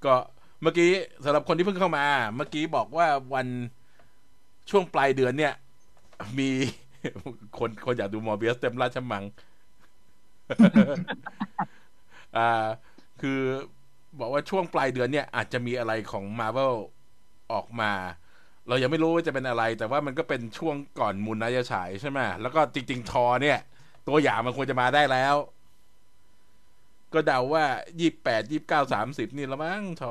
ก็เมื่อกี้สำหรับคนที่เพิ่งเข้ามาเมื่อกี้บอกว่าวันช่วงปลายเดือนเนี่ยมีคนอยากดูมอร์เบียสเต็มราชมังอ่าคือบอกว่าช่วงปลายเดือนเนี่ยอาจจะมีอะไรของ Marvel ออกมาเรายังไม่รู้ว่าจะเป็นอะไรแต่ว่ามันก็เป็นช่วงก่อนมูนไนท์จะฉายใช่ไหมแล้วก็จริงๆทอเนี่ยตัวอย่างมันควรจะมาได้แล้วก็เดาว่า28 29 30นี่ละมั้งทอ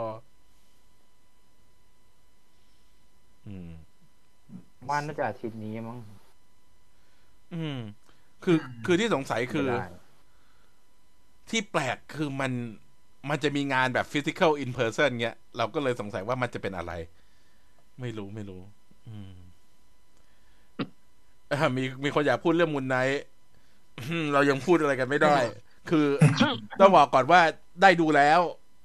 อืมว่าน่าจะอาทิตย์นี้มั้งอืมคือคือที่สงสัยคือที่แปลกคือมันจะมีงานแบบ physical in person เงี้ยเราก็เลยสงสัยว่ามันจะเป็นอะไรไม่รู้อืมมีคนอยากพูดเรื่องมูนไนท์เรายังพูดอะไรกันไม่ได้คือต้องบอกก่อนว่าได้ดูแล้ว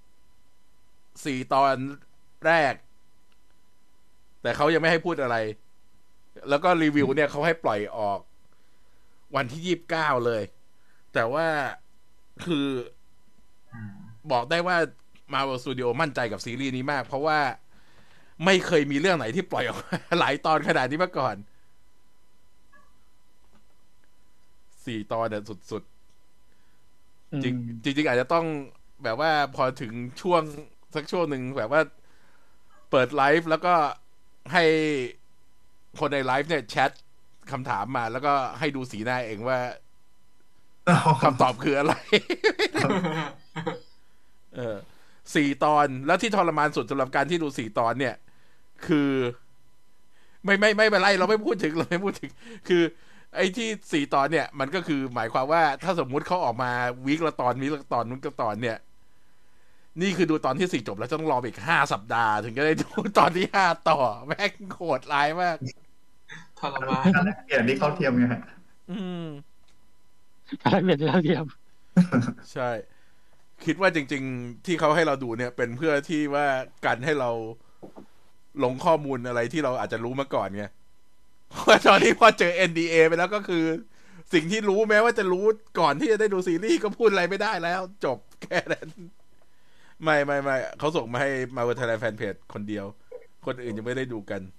4 ตอนแรกแต่เขายังไม่ให้พูดอะไรแล้วก็รีวิวเนี่ยเขาให้ปล่อยออกวันที่29เลยแต่ว่าคือบอกได้ว่า Marvel Studio มั่นใจกับซีรีส์นี้มากเพราะว่าไม่เคยมีเรื่องไหนที่ปล่อยออกมาหลายตอนขนาดนี้มาก่อน4 ตอนเนี่ยสุดๆจริงอาจจะต้องแบบว่าพอถึงช่วงสักช่วงหนึ่งแบบว่าเปิดไลฟ์แล้วก็ให้คนในไลฟ์เนี่ยแชทคำถามมาแล้วก็ให้ดูสีหน้าเองว่าคำตอบคืออะไร เออ4 ตอนแล้วที่ทรมานสุดสำหรับการที่ดู4 ตอนเนี่ยคือไม่เป็นไรเราไม่พูดถึงคือไอ้ที่4 ตอนเนี่ยมันก็คือหมายความว่าถ้าสมมุติเขาออกมาวีคละตอนนู้นก็ตอนเนี่ยนี่คือดูตอนที่4จบแล้วต้องรออีก5 สัปดาห์ถึงจะได้ดูตอนที่5ต่อแม่งโหดร้ายมากทรมานเปลี่ยนที่เข้าเทียมไงฮะอืมอะไรเปลี่ยนที่เขาเทียมใช่คิดว่าจริงๆที่เขาให้เราดูเนี่ยเป็นเพื่อที่ว่ากันให้เราลงข้อมูลอะไรที่เราอาจจะรู้มาก่อนไงเพราะตอนนี้พอเจอ NDA ไปแล้วก็คือสิ่งที่รู้แม้ว่าจะรู้ก่อนที่จะได้ดูซีรีส์ก็พูดอะไรไม่ได้แล้วจบแค่นั้นไม่เขาส่งมาให้มาเวอร์ไทยแลนด์แฟนเพจคนเดียวคนอื่นยังไม่ได้ดูกัน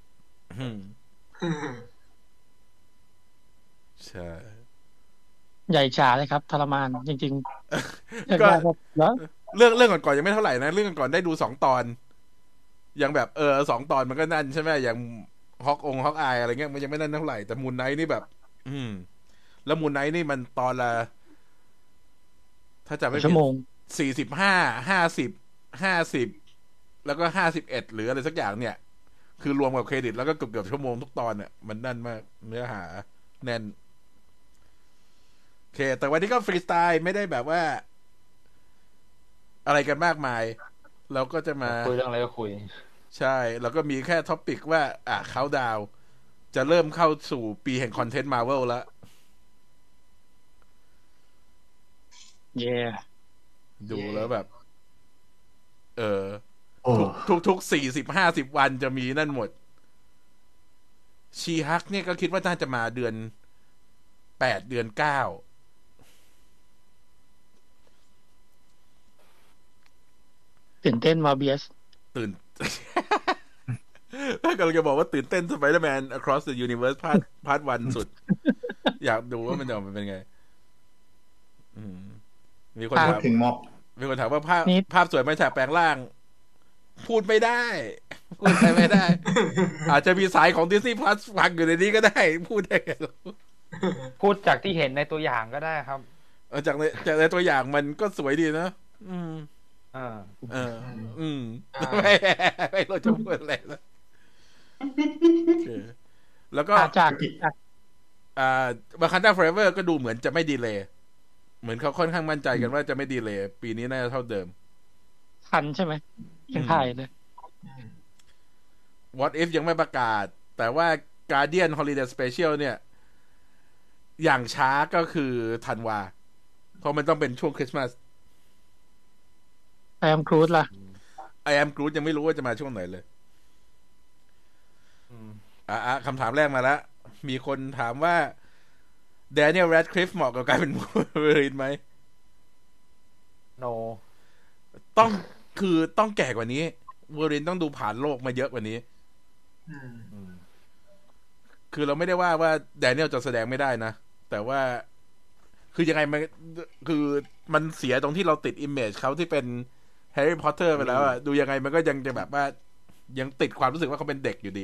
ใช่ใหญ่ฉาเลยครับทรมานจริงๆก็แล้วเรื่องก่อนๆยังไม่เท่าไหร่นะเรื่องก่อนได้ดู2 ตอนยังแบบ2 ตอนมันก็นั่นใช่ไหมอย่างฮอกอายอะไรเงี้ยมันยังไม่นั่นเท่าไหร่แต่มูนไนท์นี่แบบแล้วมูนไนท์นี่มันตอนละถ้าจำไม่ผิด45 50แล้วก็51หรืออะไรสักอย่างเนี่ยคือรวมกับเครดิตแล้วก็เกือบชั่วโมงทุกตอนเนี่ยมันนั่นมากเนื้อหาแน่นโอเคแต่วันนี้ก็ฟรีสไตล์ไม่ได้แบบว่าอะไรกันมากมายเราก็จะมาคุยเรื่องอะไรก็คุยใช่แล้วก็มีแค่ท็อปิกว่าเขาดาวจะเริ่มเข้าสู่ปีแห่งคอนเทนต์มาร์เวลแล้วดูแล้วแบบทุก40-50 วันจะมีนั่นหมดชีฮักเนี่ยก็คิดว่าน่าจะมาเดือน8เดือน9 ตื่นเต้นมาเบียสตื่นถ้ากำลังจะบอกว่าตื่นเต้น Spider-Man Across the Universe พาร์ท 1สุดอยากดูว่ามันจะออกมาเป็นไงมีคนถามถึงม็อบมีคนถามว่าภาพสวยไหมฉากแปลงร่างพูดไม่ได้ไม่ได้ อาจจะมีสายของ Disney Plus ฟังอยู่ในนี้ก็ได้พูดได้พูดจากที่เห็นในตัวอย่างก็ได้ครับจากในตัวอย่างมันก็สวยดีนะไม่รู้จะพูดอะไรแล้วแล้วก็จาก Wakanda Forever ก็ดูเหมือนจะไม่ดีเลย์เหมือนเขาค่อนข้างมั่นใจกันว่าจะไม่ดีเลย์ปีนี้น่าจะเท่าเดิมทันใช่ไหมยังถ่ายเลย What If ยังไม่ประกาศแต่ว่า Guardian Holiday Special เนี่ยอย่างช้าก็คือธันวาเพราะมันต้องเป็นช่วงคริสต์มาส I am Groot ล่ะ I am Groot ยังไม่รู้ว่าจะมาช่วงไหนเลยคำถามแรกมาแล้วมีคนถามว่า Daniel Radcliffe เหมาะกับการเป็นวูล์ฟเวอรีนไหม No ต้องคือต้องแก่กว่านี้เวอร์ลินต้องดูผ่านโลกมาเยอะกว่านี้คือเราไม่ได้ว่าแดเนียลจะแสดงไม่ได้นะแต่ว่าคือยังไงมันคือมันเสียตรงที่เราติดอิมเมจเขาที่เป็นแฮร์รี่พอตเตอร์ไปแล้วอะดูยังไงมันก็ยังจะแบบว่ายังติดความรู้สึกว่าเขาเป็นเด็กอยู่ดี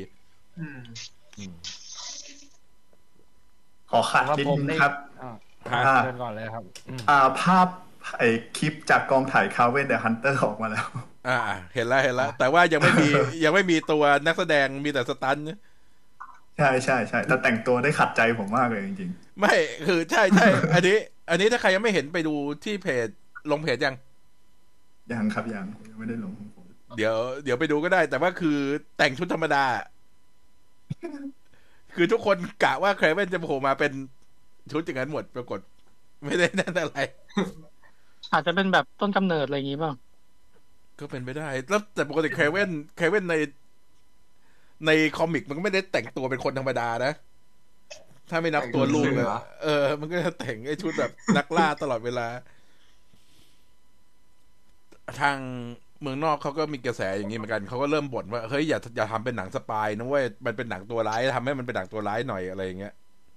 ขอขัดนิดนึงครับเชิญก่อนเลยครับภาพไอ้คลิปจากกองถ่ายคาเวนเดอะฮันเตอร์ออกมาแล้วเห็นแล้วแต่ว่ายังไม่มีตัวนักแสดงมีแต่สตันใช่แต่แต่งตัวได้ขัดใจผมมากเลยจริงๆไม่คือใช่อันนี้ถ้าใครยังไม่เห็นไปดูที่เพจลงเพจยังครับยังไม่ได้ลงเดี๋ยวไปดูก็ได้แต่ว่าคือแต่งชุดธรรมดาคือทุกคนกะว่าเครเว่นจะโผล่มาเป็นชุดอย่างนั้นหมดปรากฏไม่ได้นั่นอะไรอาจจะเป็นแบบต้นกำเนิดอะไรอย่างงี้ป่ะก็เป็นไปได้แล้วแต่ปกติเครเว่นในคอมิกมันก็ไม่ได้แต่งตัวเป็นคนธรรมดานะถ้าไม่นับตัวลูกเลยมันก็จะแต่งไอ้ชุดแบบนักล่าตลอดเวลาทางเมืองนอกเขาก็มีกระแสอย่างนี้เหมือนกันเขาก็เริ่มบ่นว่าเฮ้ยอย่าทำเป็นหนังสปายนะเว้ยมันเป็นหนังตัวร้ายทำให้มันเป็นหนังตัวร้ายหน่อยอะไรอย่างเงี้ย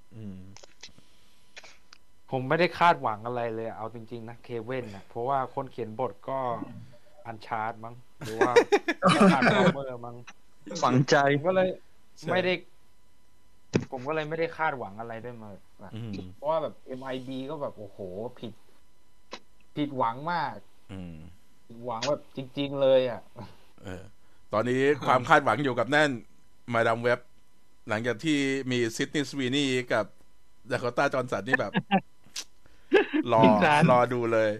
ผมไม่ได้คาดหวังอะไรเลยเอาจริงๆนะเคเว่นนะเพราะว่าคนเขียนบทก็อันชาร์ดมั้งหรือว่าคาร์ดเมอร์มั้งฝังใจก็เลยไม่ได้ผมก็เลยไม่ได้คาดหวังอะไรด้วยมาเพราะว่าแบบ MIB ก็แบบโอ้โหผิดหวังมากหวังแบบจริงๆเลยตอนนี้ความคาดหวังอยู่กับนั่นมาดามเว็บหลังจากที่มีซิดนีย์สวีนี่กับดาโคต้าจอห์นสันนี่แบบรอดูเลย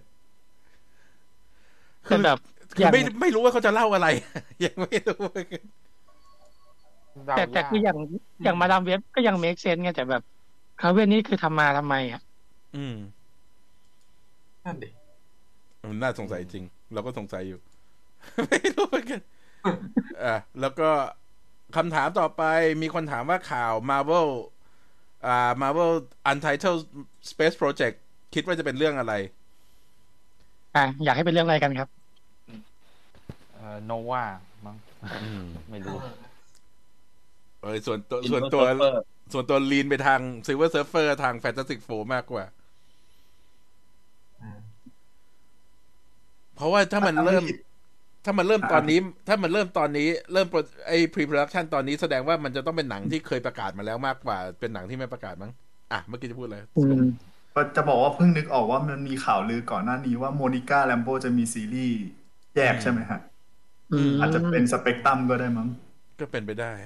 คือแบบไม่รู้ว่าเขาจะเล่าอะไรยังไม่รู้แต่คืออย่างมาดามเว็บก็ยังเมคเซนส์ไงแต่แบบคาเว่นนี่คือทำไมนั่นดิมันน่าสงสัยจริงเราก็สงสัยอยู่ไม่รู้เหมือนกันแล้วก็คำถามต่อไปมีคนถามว่าข่าว Marvel Untitled Space Project คิดว่าจะเป็นเรื่องอะไรอยากให้เป็นเรื่องอะไรกันครับโนวามั้งไม่รู้ส่วนตัวลีนไปทาง Silver Surfer ทาง Fantastic Four มากกว่าเพราะว่าถ้ามันเริ่มตอนนี้เริ่มไอ้ pre-production ตอนนี้แสดงว่ามันจะต้องเป็นหนังที่เคยประกาศมาแล้วมากกว่าเป็นหนังที่ไม่ประกาศมั้งเมื่อกี้จะพูดอะไรจะบอกว่าเพิ่งนึกออกว่ามันมีข่าวลือก่อนหน้านี้ว่าโมนิก้าแลมโบจะมีซีรีส์แยกใช่ไหมฮะอาจจะเป็นสเปกตรัมก็ได้มั้งก็เป็นไปได้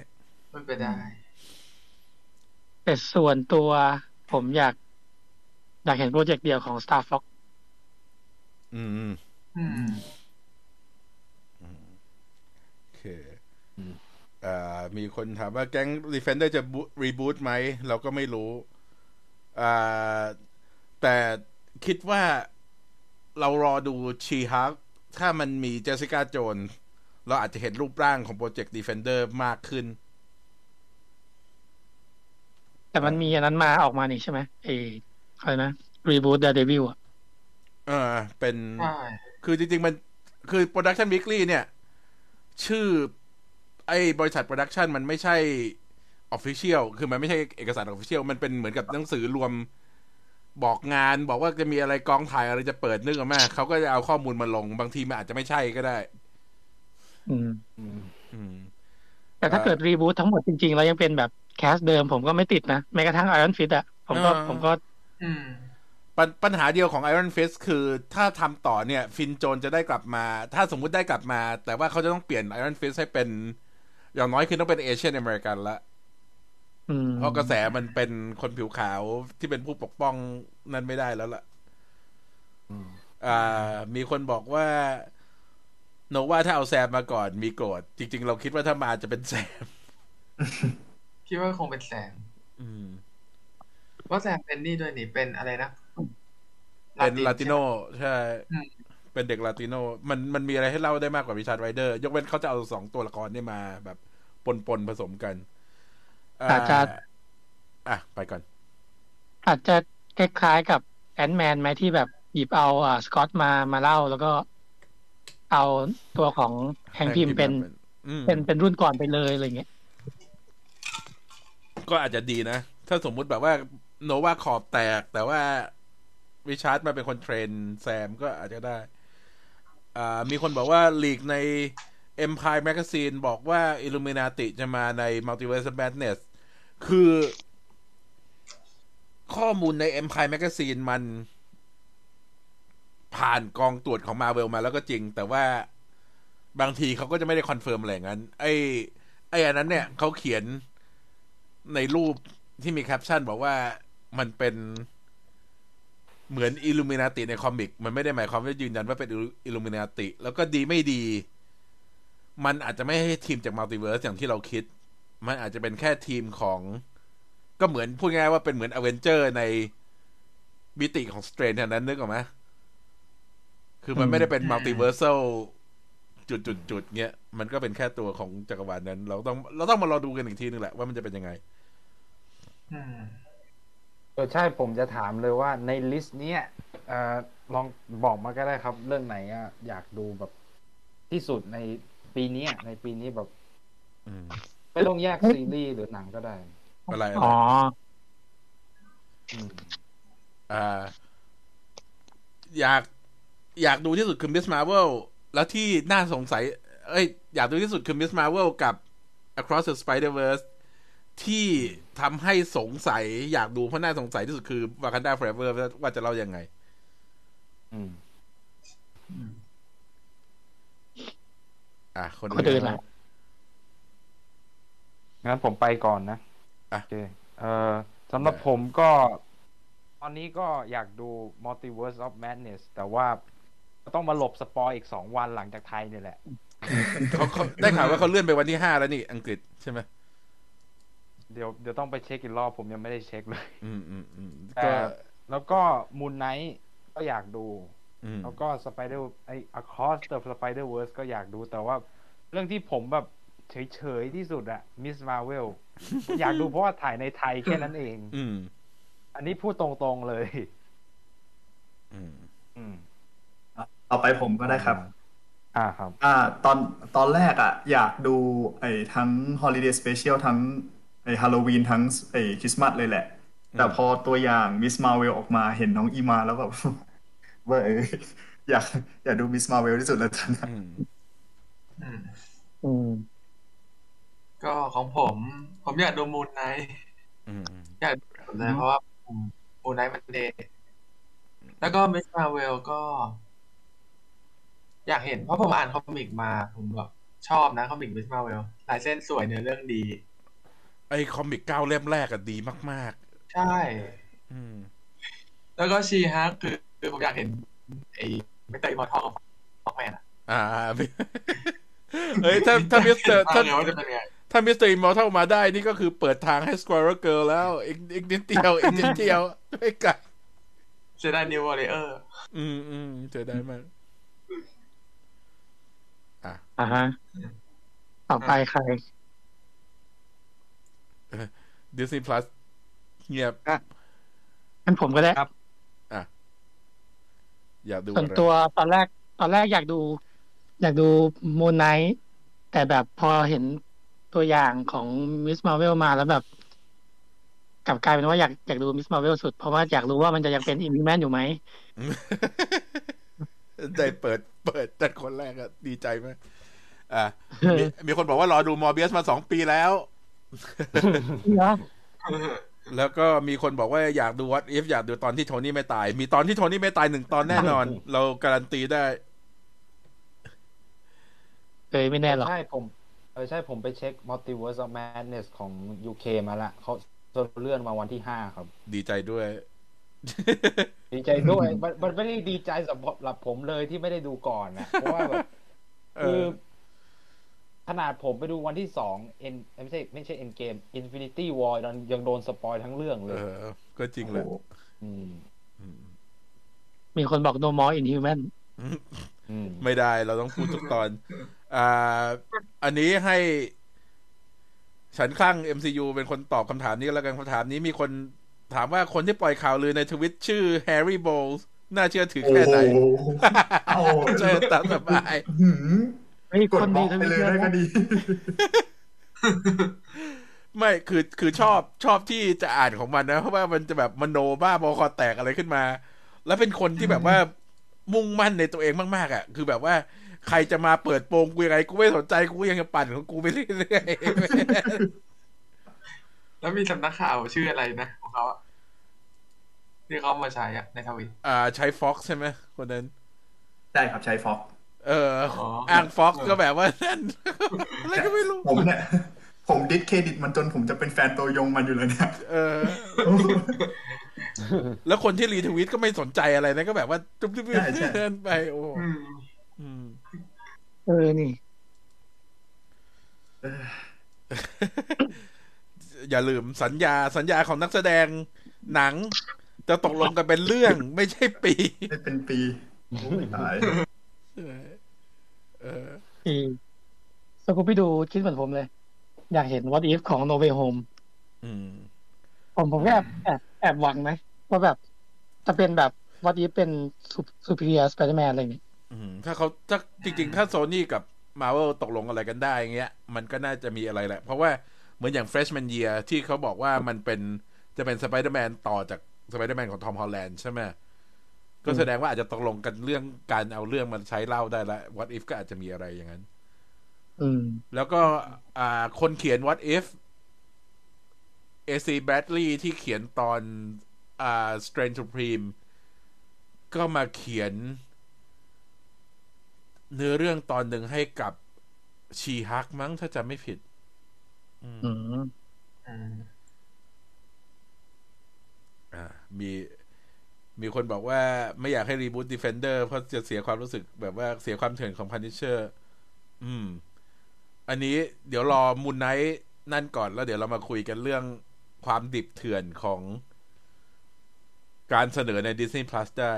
แต่ส่วนตัวผมอยากเห็นโปรเจกต์เดียวของ Star Fox โอเคมีคนถามว่าแก๊ง Defender จะรีบูตไหมเราก็ไม่รู้แต่คิดว่าเรารอดูชีฮาร์กถ้ามันมีเจสสิก้าโจนส์เราอาจจะเห็นรูปร่างของโปรเจกต์ Defender มากขึ้นแต่มันมีอันนั้นมาออกมานี่ใช่ไหมอะไรนะ Reboot Daredevil เป็นคือจริงๆมันคือ Production Weekly เนี่ยชื่อไอ้บริษัท Production มันไม่ใช่ Official คือมันไม่ใช่เอกสาร Official มันเป็นเหมือนกับหนังสือรวมบอกงานบอกว่าจะมีอะไรกองถ่ายอะไรจะเปิดนึกออกมาเขาก็จะเอาข้อมูลมาลงบางทีมันอาจจะไม่ใช่ก็ได้แต่ถ้าเกิดรีบูททั้งหมดจริงๆแล้วยังเป็นแบบแคสเดิมผมก็ไม่ติดนะแม้กระทั่ง Iron Fist ผมก็ปัญหาเดียวของ Iron Fist คือถ้าทำต่อเนี่ยฟินโจนจะได้กลับมาถ้าสมมุติได้กลับมาแต่ว่าเขาจะต้องเปลี่ยน Iron Fist ให้เป็นอย่างน้อยคือต้องเป็นเอเชียนอเมริกันละเพราะกระแสมันเป็นคนผิวขาวที่เป็นผู้ปกป้องนั่นไม่ได้แล้วล่ะมีคนบอกว่าโนว่าถ้าเอาแซมมาก่อนมีโกรธจริงๆเราคิดว่าถ้ามาจะเป็นแซมคิดว่าคงเป็นแซมเพราะแซมเป็นนี่ด้วยนี่เป็นอะไรนะเป็นลาติโนใช่เป็นเด็กลาติโนมันมีอะไรให้เล่าได้มากกว่าริชาร์ดไรเดอร์ยกเว้นเขาจะเอา2ตัวละครนี่มาแบบปนผสมกันอาจจะไปก่อนอาจจะคล้ายๆกับแอนท์แมนไหมที่แบบหยิบเอาสกอตมาเล่าแล้วก็เอาตัวของแฮงพิมเป็นรุ่นก่อนไปเลยอะไรเงี้ยก็อาจจะดีนะถ้าสมมุติแบบว่าโนวาขอบแตกแต่ว่าริชาร์ดมาเป็นคนเทรนแซมก็อาจจะได้มีคนบอกว่าลีกใน Empire Magazine บอกว่า Illuminati จะมาใน Multiverse of Madness คือข้อมูลใน Empire Magazine มันผ่านกองตรวจของ Marvel มาแล้วก็จริงแต่ว่าบางทีเขาก็จะไม่ได้คอนเฟิร์มอะไรอย่างนั้นไอ้อันนั้นเนี่ยเขาเขียนในรูปที่มีแคปชั่นบอกว่ามันเป็นเหมือนอิลูมินาติในคอมิกมันไม่ได้หมายความว่ายืนยันว่าเป็นอิลูมินาติแล้วก็ดีไม่ดีมันอาจจะไม่ให้ทีมจากมัลติเวิร์สอย่างที่เราคิดมันอาจจะเป็นแค่ทีมของก็เหมือนพูดง่ายว่าเป็นเหมือนอเวนเจอร์ในมิติของสเตรนเท่านั้นนึกออกไหมคือมันไม่ได้เป็นมัลติเวิร์ซัลจุดเงี้ยมันก็เป็นแค่ตัวของจักรวาลนั้นเราต้องมารอดูกันอีกทีนึงแหละว่ามันจะเป็นยังไงใช่ผมจะถามเลยว่าในลิสต์เนี้ยลองบอกมาก็ได้ครับเรื่องไหนอยากดูแบบที่สุดในปีนี้แบบไม่ต้องแยกซีรีส์หรือหนังก็ได้อะไรอยากดูที่สุดคือมิสมาร์เวลแล้วที่น่าสงสัยอยากดูที่สุดคือมิสมาร์เวลกับ Across the Spider-Verse ที่ทำให้สงสัยอยากดูเพราะน่าสงสัยที่สุดคือ Wakanda Forever ว่าจะเล่ายังไงคนอื่นงั้นผมไปก่อนนะโอเคสำหรับผมก็ตอนนี้ก็อยากดู Multiverse of Madness แต่ว่าต้องมาหลบสปอยอีก2 วันหลังจากไทยนี่แหละเขาได้ข่าวว่าเขาเลื่อนไปวันที่5แล้วนี่อังกฤษใช่ไหมเดี๋ยวต้องไปเช็คอีกรอบผมยังไม่ได้เช็คเลยแล้วก็ Moon Knight ก็อยากดูแล้วก็ Across the Spider-Verse ก็อยากดูแต่ว่าเรื่องที่ผมแบบเฉยๆที่สุดอะ Miss Marvel อยากดูเพราะว่าถ่ายในไทยแค่นั้นเองอันนี้พูดตรงๆเลยเอาไปผมก็ได้ครับครับตอนแรกอยากดูทั้ง Holiday Special ทั้งHalloween ทั้งคริสต์มาสเลยแหละแต่พอตัวอย่าง Miss Marvel ออกมาเห็นน้องอีมาแล้วแบบว่าอยากดู Miss Marvel ที่สุดแล้วท่านก็ของผมอยากดู Moon Knight อยากดูเลยเพราะว่าMoon Knight มันเด่นแล้วก็ Miss Marvel ก็อยากเห็นเพราะผมอ่านคอมิกมาผมแบบชอบนะคอมิก Miss Marvel ลายเส้นสวยเนื้อเรื่องดีคอมิก9 เล่มแรกดีมากๆใช่แล้วก็ชีฮักคือผมอยากเห็นไม่เตยมอร์ทัลของแมนถ้ามิสเตอร์ถ้ามิสเตอร์อิมมอร์ทัลมาได้นี่ก็คือเปิดทางให้ Squirrel Girl แล้วอีกนิดเดียวไม่ไกลเสียดายนิววอริเออร์เสียดายมากฮะต่อไปใคร Disney Plus เงียบงั้นผมก็ได้ครับอยากดูส่วนตัวตอนแรกอยากดูMoon Knightแต่แบบพอเห็นตัวอย่างของ Miss Marvel มาแล้วแบบกลับกลายเป็นว่าอยากดู Miss Marvel สุดเพราะว่าอยากรู้ว่ามันจะยังเป็น Inhuman อยู่ไหมได้เปิดแต่คนแรกดีใจมากมีคนบอกว่ารอดูมอร์เบียสมา2 ปีแล้วแล้วก็มีคนบอกว่าอยากดู What If อยากดูตอนที่โทนี่ไม่ตายมีตอนที่โทนี่ไม่ตาย1 ตอนแน่นอนเราการันตีได้ไม่แน่หรอกใช่ผมไปเช็ค Multiverse of Madness ของ UK มาละเขาเลื่อนมาวันที่5ครับดีใจด้วยมันไม่ได้ดีใจสำหรับผมเลยที่ไม่ได้ดูก่อนนะเพราะว่าแบบคือขนาดผมไปดูวันที่2ไม่ใช่ Endgame Infinity War ยังโดนสปอยทั้งเรื่องเลยก็จริงแหละมีคนบอก No More Inhuman ไม่ได้เราต้องพูดทุกตอนอันนี้ให้ฉันคลั่ง MCU เป็นคนตอบคำถามนี้แล้วกันคำถามนี้มีคนถามว่าคนที่ปล่อยข่าวลือในทวิตชื่อ Harry Bowles น่าเชื่อถือแค่ไหนใช่ตามสบายกดบล็อกไปเลยได้ก็ดีไม่คือชอบที่จะอ่านของมันนะเพราะว่ามันจะแบบมโนบ้าบอคอแตกอะไรขึ้นมาแล้วเป็นคนที่แบบว่ามุ่งมั่นในตัวเองมากๆอ่ะคือแบบว่าใครจะมาเปิดโปงกูยังไงกูไม่สนใจกูยังจะปั่นของกูไปเรื่อยๆแล้วมีสำนักข่าวชื่ออะไรนะของเขาอะที่เขามาใช้ในทวิตใช้ Fox ใช่ไหมคนนั้นใช่ครับใช้ Fox อ้าง Fox ก็แบบว่านั่นอะไรก็ไม่รู้ผมดิสเครดิตมันจนผมจะเป็นแฟนตัวยงมันอยู่เลยเนี่ยแล้วคนที่รีทวีตก็ไม่สนใจอะไรนะก็แบบว่าจุ๊บๆเดินไปโอ้นี่อย่าลืมสัญญาของนักแสดงหนังจะตกลงกันเป็นเรื่องไม่ใช่ปีไม่เป็นปีตายสกูปี้ดูคิดเหมือนผมเลยอยากเห็น What If ของ No Way Home ผมก็แอบหวังนะว่าแบบจะเป็นแบบ What If เป็น Superior Spider-Man อะไรอย่างนี้ถ้าจริงๆถ้า Sony กับ Marvel ตกลงอะไรกันได้อย่างเงี้ยมันก็น่าจะมีอะไรแหละเพราะว่าเหมือนอย่าง Freshman Year ที่เขาบอกว่ามันจะเป็น Spider-Man ต่อจาก Spider-Man ของ Tom Holland ใช่ไหมก็แสดงว่าอาจจะตกลงกันเรื่องการเอาเรื่องมันใช้เล่าได้แล้ว What If ก็อาจจะมีอะไรอย่างนั้นแล้วก็คนเขียน What If AC Bradley ที่เขียนตอนStrange Supreme ก็มาเขียนเนื้อเรื่องตอนหนึ่งให้กับชีฮักมั้งถ้าจำไม่ผิดมีคนบอกว่าไม่อยากให้รีบูท Defender เพราะจะเสียความรู้สึกแบบว่าเสียความเถื่อนของ Punisher อันนี้เดี๋ยวรอ Moon Knight นั่นก่อนแล้วเดี๋ยวเรามาคุยกันเรื่องความดิบเถื่อนของการเสนอใน Disney Plus ได้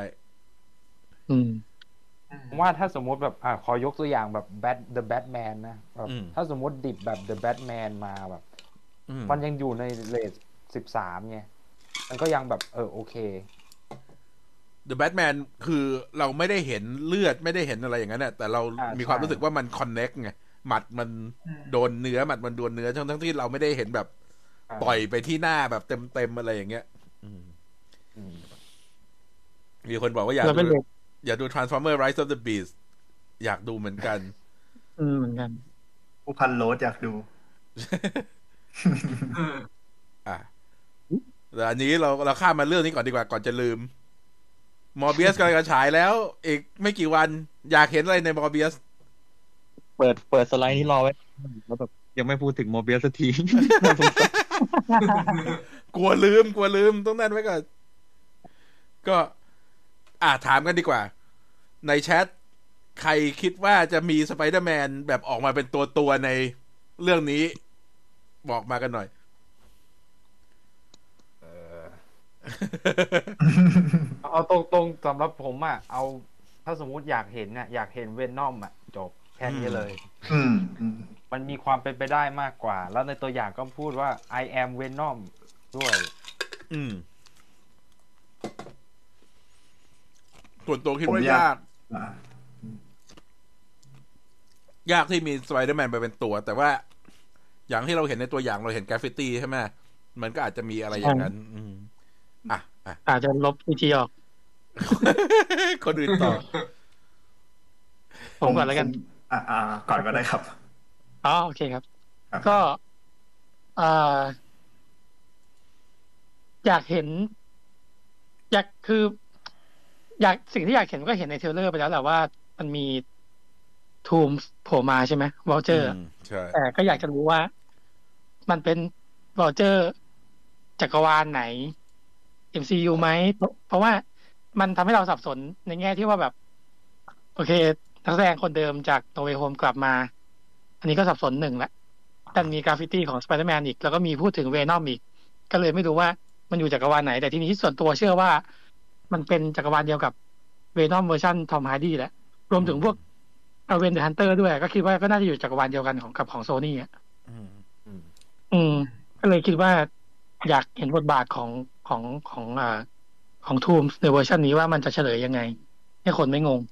ว่าถ้าสมมติแบบขอยกตัวอย่างแบบ The Batman นะแบบถ้าสมมติดิบแบบ The Batman มาแบบมันยังอยู่ในเรท13ไงมันก็ยังแบบโอเค The Batman คือเราไม่ได้เห็นเลือดไม่ได้เห็นอะไรอย่างนั้นแต่เรามีความรู้สึกว่ามันคอนเนคไงหมัดมันโดนเนื้อหมัดมันโดนเนื้อทั้งที่เราไม่ได้เห็นแบบต่อยไปที่หน้าแบบเต็มอะไรอย่างเงี้ยมีคนบอกว่าอยากดู Transformer Rise of the Beast อยากดูเหมือนกันเหมือนกันผู้พันโรสอยากดูแต่อันนี้เราข้ามมาเรื่องนี้ก่อนดีกว่าก่อนจะลืมมอร์เบียสกำลังจะฉายแล้วอีกไม่กี่วันอยากเห็นอะไรในมอร์เบียสเปิดสไลด์นี้รอไว้แล้วแบบยังไม่พูดถึงมอร์เบียสสักทีกลัวลืมต้องนั่นไว้ก่อนก็ถามกันดีกว่าในแชทใครคิดว่าจะมีสไปเดอร์แมนแบบออกมาเป็นตัวในเรื่องนี้บอกมากันหน่อยเอาตรงๆสำหรับผมเอาถ้าสมมุติอยากเห็นอยากเห็นเวนอมจบแค่นี้เลยมันมีความเป็นไปได้มากกว่าแล้วในตัวอย่างก็พูดว่า I am Venom ด้วยส่วนตัวคิดว่ายากที่มีสไปเดอร์แมนไปเป็นตัวแต่ว่าอย่างที่เราเห็นในตัวอย่างเราเห็นกราฟฟิตี้ใช่ไหมมันก็อาจจะมีอะไรอย่างนั้นอาจจะลบวิธีออกคนอื่นต่อผมก่อนแล้วกันก่อนก็ได้ครับโอเคครับก็อยากเห็นสิ่งที่อยากเห็นก็เห็นในเทรลเลอร์ไปแล้วแหละว่ามันมีทูมโผล่มาใช่ไหมวอลเจอร์แต่ก็อยากจะรู้ว่ามันเป็นวอลเจอร์จักรวาลไหน MCU ไหมเพราะว่ามันทำให้เราสับสนในแง่ที่ว่าแบบโอเคนักแสดงคนเดิมจาก No Way Home กลับมาอันนี้ก็สับสนหนึ่งละแต่มีกราฟฟิตี้ของ Spider-Man อีกแล้วก็มีพูดถึง Venom อีกก็เลยไม่รู้ว่ามันอยู่จักรวาลไหนแต่ทีนี้ส่วนตัวเชื่อว่ามันเป็นจักรวาลเดียวกับ Venom เวอร์ชัน Tom Hardy แหละรวมถึงพวก Avengers Hunter ด้วยก็คิดว่าก็น่าจะอยู่จักรวาลเดียวกันของ Sony ก็เลยคิดว่าอยากเห็นบทบาทของของทูมในเวอร์ชันนี้ว่ามันจะเฉลยยังไงให้คนไม่งง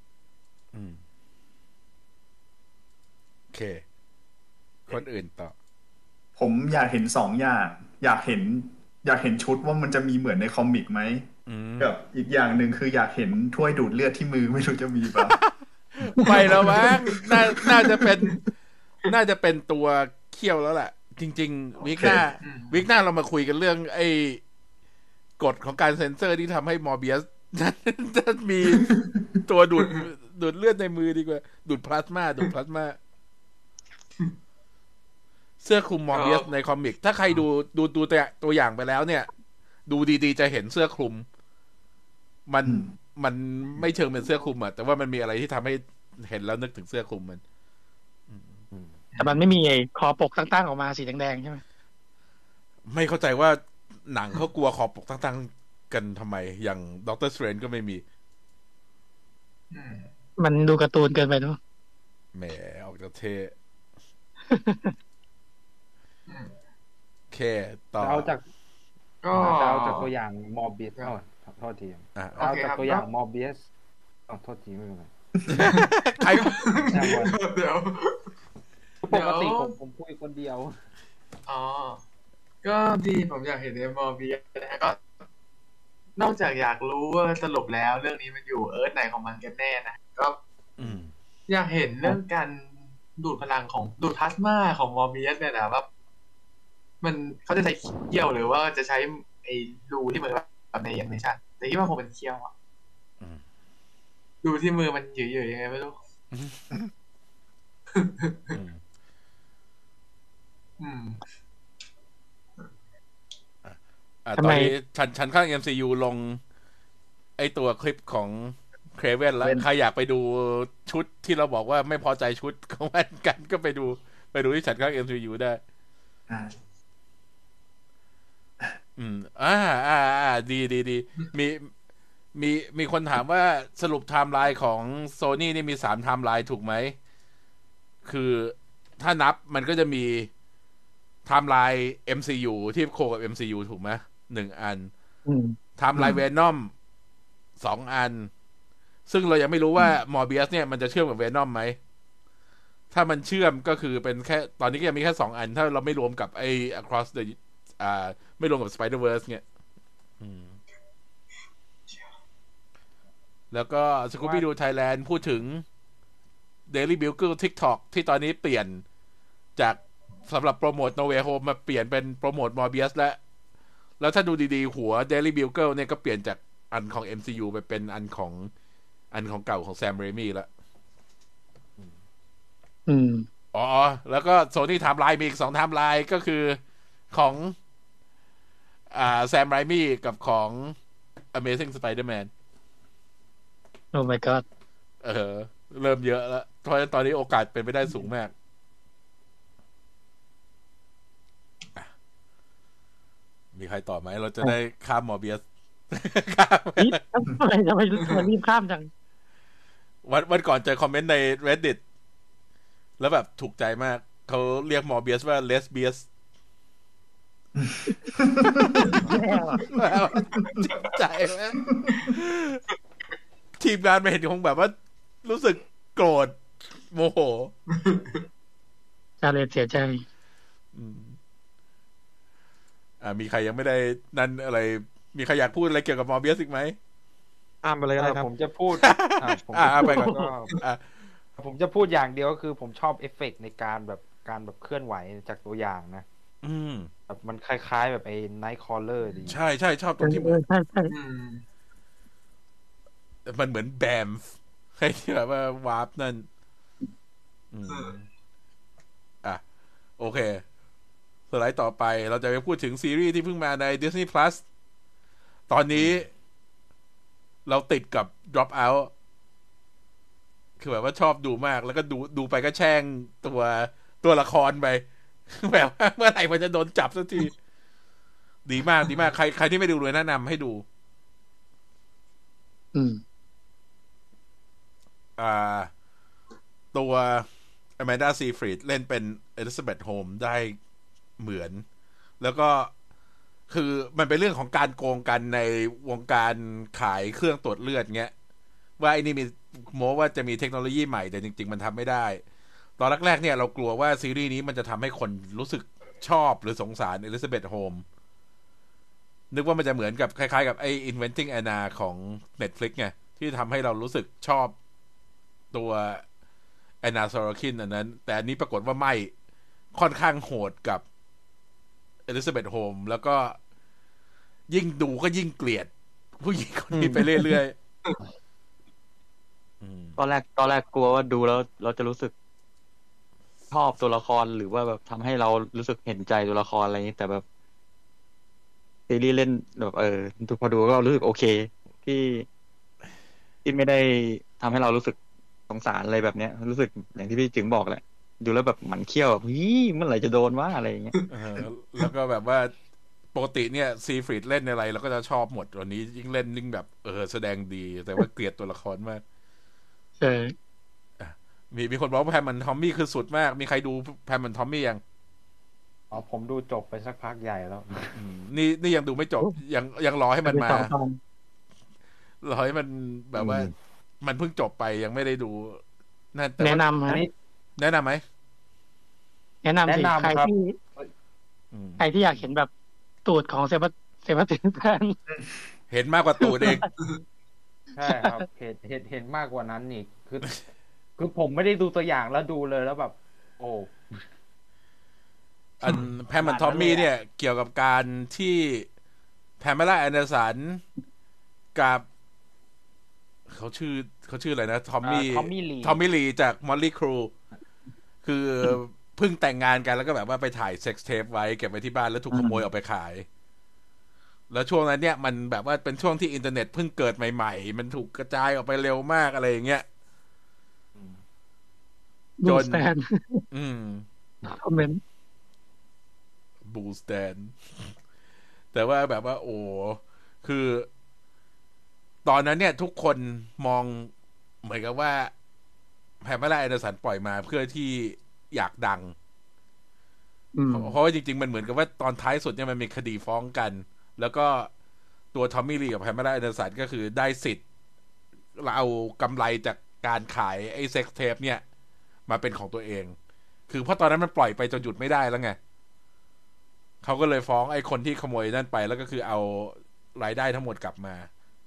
โอเคคนอื่นต่อผมอยากเห็น2 อย่างอยากเห็นชุดว่ามันจะมีเหมือนในคอมิกไหมกับอีกอย่างหนึ่งคืออยากเห็นถ้วยดูดเลือดที่มือไม่รู้จะมีป่ะไปแล้วมั้งน่าจะเป็นตัวเขี้ยวแล้วแหละจริงๆวิกหน้าเรามาคุยกันเรื่องไอ้กฎของการเซ็นเซอร์ที่ทำให้มอร์เบียสจะมีตัวดูดเลือดในมือดีกว่าดูดพลาสมาเสื้อคลุมมอร์เบียสในคอมิกถ้าใครดูตัวอย่างไปแล้วเนี่ยดูดีๆจะเห็นเสื้อคลุมมันไม่เชิงเป็นเสื้อคลุมอะแต่ว่ามันมีอะไรที่ทำให้เห็นแล้วนึกถึงเสื้อคลุมมันแต่มันไม่มีไอ้คอปกตั้งๆออกมาสีแดงๆใช่ไหมไม่เข้าใจว่าหนังเขากลัวคอปกตั้งๆกันทำไมอย่างด็อกเตอร์สเตรนจ์ก็ไม่มีมันดูการ์ตูนเกินไปด้วยแหมออกจากเท่โอเคต่อเอาจากตัวอย่างมอร์เบียสโทษทีเอาจากตัวอย่างมอร์เบียสโทษทีไม่เป็นไรใครเดี๋ยวปกติผมคุยคนเดียวก็ดีผมอยากเห็นมอร์เบียสนะก็นอกจากอยากรู้ว่าสรุปแล้วเรื่องนี้มันอยู่ไหนของมันกันแน่นะก็อยากเห็นเรื่องการดูดพลังของดูดพลาสมาของมอร์เบียสเนี่ยนะว่ามันเขาจะใช้เขี้ยวหรือว่าจะใช้ไอ้รูที่เหมือนแบบในแอนิเมชั่นแต่ที่ว่าคงเป็นเขี้ยวดูที่มือมันหยืดๆยังไงไม่รู้ตอนนี้ฉันข้าง MCU ลงไอตัวคลิปของเครเว่นแล้วใครอยากไปดูชุดที่เราบอกว่าไม่พอใจชุดของมันกันก็ไปดูที่ฉันข้าง MCU ได้ดีมีคนถามว่าสรุปไทม์ไลน์ของ Sony นี่มี3ไทม์ไลน์ถูกไหมคือถ้านับมันก็จะมีไทม์ไลน์ MCU ที่โคกับ MCU ถูกไหม1 อันไทม์ไลน์ Venom 2 อันซึ่งเรายังไม่รู้ว่า Morbius เนี่ยมันจะเชื่อมกับ Venom ไหมถ้ามันเชื่อมก็คือเป็นแค่ตอนนี้ก็ยังมีแค่2 อันถ้าเราไม่รวมกับไอ้ Across the ไม่รวมกับ Spider-Verse เนี่ยแล้วก็ Scooby-Doo Thailand พูดถึง Daily Bugle TikTok ที่ตอนนี้เปลี่ยนจากสำหรับโปรโมท No Way Home มาเปลี่ยนเป็นโปรโมท Morbius แล้วถ้าดูดีๆหัว Daily Bugle เนี่ยก็เปลี่ยนจากอันของ MCU ไปเป็นอันของเก่าของ Sam Raimi แล้วแล้วก็ Sony Timeline มีอีก2 Timeline ก็คือของSam Raimi กับของ Amazing Spider-Man Oh my god เริ่มเยอะแล้วเพราะฉะนั้นตอนนี้โอกาสเป็นไปได้สูงมากมีใครต่อไหมเราจะได้ข้ามมอร์เบียสทำไมจะไม่รีบข้ามจังวันก่อนเจอคอมเมนต์ใน Reddit แล้วแบบถูกใจมากเขาเรียกมอร์เบียสว่า Lesbius ใจไหมทีมงานไม่เห็นคงแบบว่ารู้สึกโกรธโมโหจะเลยเสียใจมีใครยังไม่ได้นั่นอะไรมีใครอยากพูดอะไรเกี่ยวกับมอร์เบียสอีกไหมไปเลยครับผมจะพูดไปก่อนผมจะพูดอย่างเดียวก็คือผมชอบเอฟเฟกต์ในการแบบเคลื่อนไหวจากตัวอย่างนะแบบมันคล้ายๆแบบไอ้ Nightcrawler ดีใช่ชอบตรงที่มันเหมือนแบมใครที่แบบว่าวาร์ปนั่นโอเคสไลด์ต่อไปเราจะไปพูดถึงซีรีส์ที่เพิ่งมาใน Disney Plus ตอนนี้เราติดกับ Drop Out คือแบบว่าชอบดูมากแล้วก็ดูไปก็แช่งตัวละครไปแบบเมื่อไหร่มันจะโดนจับสักทีดีมากใครที่ไม่ดูเลยแนะนำให้ดูตัว Amanda Seyfried เล่นเป็น Elizabeth Holmes ได้เหมือนแล้วก็คือมันเป็นเรื่องของการโกงกันในวงการขายเครื่องตรวจเลือดเงี้ยว่าไอ้นี่มีโม้ว่าจะมีเทคโนโลยีใหม่แต่จริงๆมันทำไม่ได้ตอนแรกๆเนี่ยเรากลัวว่าซีรีส์นี้มันจะทำให้คนรู้สึกชอบหรือสงสารอลิซาเบธโฮมนึกว่ามันจะเหมือนกับคล้ายๆกับไอ้ Inventing Anna ของ Netflix ไงที่ทำให้เรารู้สึกชอบตัวแอนนาซอร์คินอันนั้นแต่อันนี้ปรากฏว่าไม่ค่อนข้างโหดกับอลิซาเบธโฮมแล้วก็ยิ่งดูก็ยิ่งเกลียดผู้หญิงคนนี้ไปเรื่อยตอนแรกกลัวว่าดูแล้วเราจะรู้สึกชอบตัวละครหรือว่าแบบทำให้เรารู้สึกเห็นใจตัวละครอะไรอย่างนี้แต่แบบซีรีส์เล่นแบบพอดูก็รู้สึกโอเคที่ไม่ได้ทำให้เรารู้สึกสงสารอะไรแบบเนี้ยรู้สึกอย่างที่พี่จึงบอกแหละดูแล้วแบบหมันเคี้ยวแบบเมื่อไหร่จะโดนวะอะไรอย่างเงี้ยแล้วก็แบบว่าปกติเนี่ยซีฟรีดเล่นอะไรเราก็จะชอบหมดวันนี้ยิ่งเล่นยิ่งแบบแสดงดีแต่ว่าเกลียดตัวละครมากใช่มีคนบอกว่าแพมมันทอมมี่คือสุดมากมีใครดูแพมมันทอมมี่ยังผมดูจบไปสักพักใหญ่แล้วนี่ยังดูไม่จบยังรอให้มันมารอให้มันแบบว่ามันเพิ่งจบไปยังไม่ได้ดูแนะนำแนะนำไหมแนะนำสิใครที่อยากเห็นแบบตูดของเซบาสเตียนแพนเห็นมากกว่าตูดเองใช่ครับเห็นมากกว่านั้นอีกคือผมไม่ได้ดูตัวอย่างแล้วดูเลยแล้วแบบโอ้อันแพมมันทอมมี่เนี่ยเกี่ยวกับการที่แพมเมล่าแอนเดอร์สันกับเขาชื่ออะไรนะทอมมี่ลีจากมอลลี่ครูคือเพิ่งแต่งงานกันแล้วก็แบบว่าไปถ่ายเซ็กซ์เทปไว้เก็บไว้ที่บ้านแล้วถูกขโมยออกไปขายแล้วช่วงนั้นเนี่ยมันแบบว่าเป็นช่วงที่อินเทอร์เน็ตเพิ่งเกิดใหม่ๆมันถูกกระจายออกไปเร็วมากอะไรอย่างเงี้ยจนคอมเมนต์บูสแตนแต่ว่าแบบว่าโอ้คือตอนนั้นเนี่ยทุกคนมองเหมือนกับว่าแพมเมล่าแอนเดอร์สันปล่อยมาเพื่อที่อยากดังเพราะว่าจริงๆมันเหมือนกับว่าตอนท้ายสุดเนี่ยมันมีคดีฟ้องกันแล้วก็ตัวทอมมี่ลีกับแพมเมล่าแอนเดอร์สันก็คือได้สิทธิ์เราเอากำไรจากการขายไอ้เซ็กซ์เทปเนี่ยมาเป็นของตัวเองคือเพราะตอนนั้นมันปล่อยไปจนหยุดไม่ได้แล้วไงเขาก็เลยฟ้องไอ้คนที่ขโมยนั่นไปแล้วก็คือเอารายได้ทั้งหมดกลับมา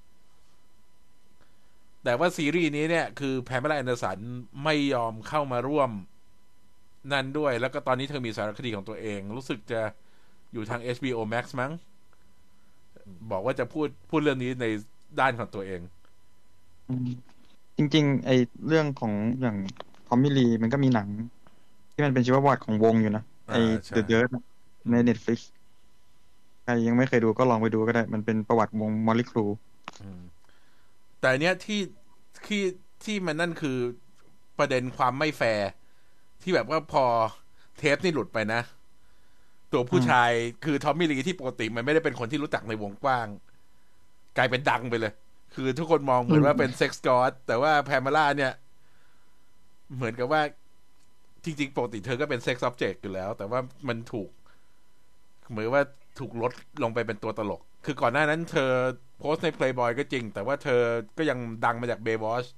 แต่ว่าซีรีส์นี้เนี่ยคือแพมเมล่าแอนเดอร์สันไม่ยอมเข้ามาร่วมนั่นด้วยแล้วก็ตอนนี้เธอมีสารคดีของตัวเองรู้สึกจะอยู่ทาง HBO Max มั้งบอกว่าจะพูดเรื่องนี้ในด้านของตัวเองจริงๆไอเรื่องของอย่างทอมมี่ลีมันก็มีหนังที่มันเป็นชีวประวัติของวงอยู่นะไอ The Dirt ใน Netflix ใครยังไม่เคยดูก็ลองไปดูก็ได้มันเป็นประวัติวงมอลลี่ครูแต่เนี้ยที่มันนั่นคือประเด็นความไม่แฟร์ที่แบบว่าพอเทปนี่หลุดไปนะตัวผู้ชายคือทอมมี่ลีที่ปกติมันไม่ได้เป็นคนที่รู้จักในวงกว้างกลายเป็นดังไปเลยคือทุกคนมองเหมือนว่าเป็นเซ็กซ์กอดแต่ว่าแพมเมล่าเนี่ยเหมือนกับว่าจริงๆปกติเธอก็เป็นเซ็กซ์ออบเจกต์อยู่แล้วแต่ว่ามันถูกเหมือนว่าถูกลดลงไปเป็นตัวตลกคือก่อนหน้านั้นเธอโพสต์ใน Playboy ก็จริงแต่ว่าเธอก็ยังดังมาจาก Baywatch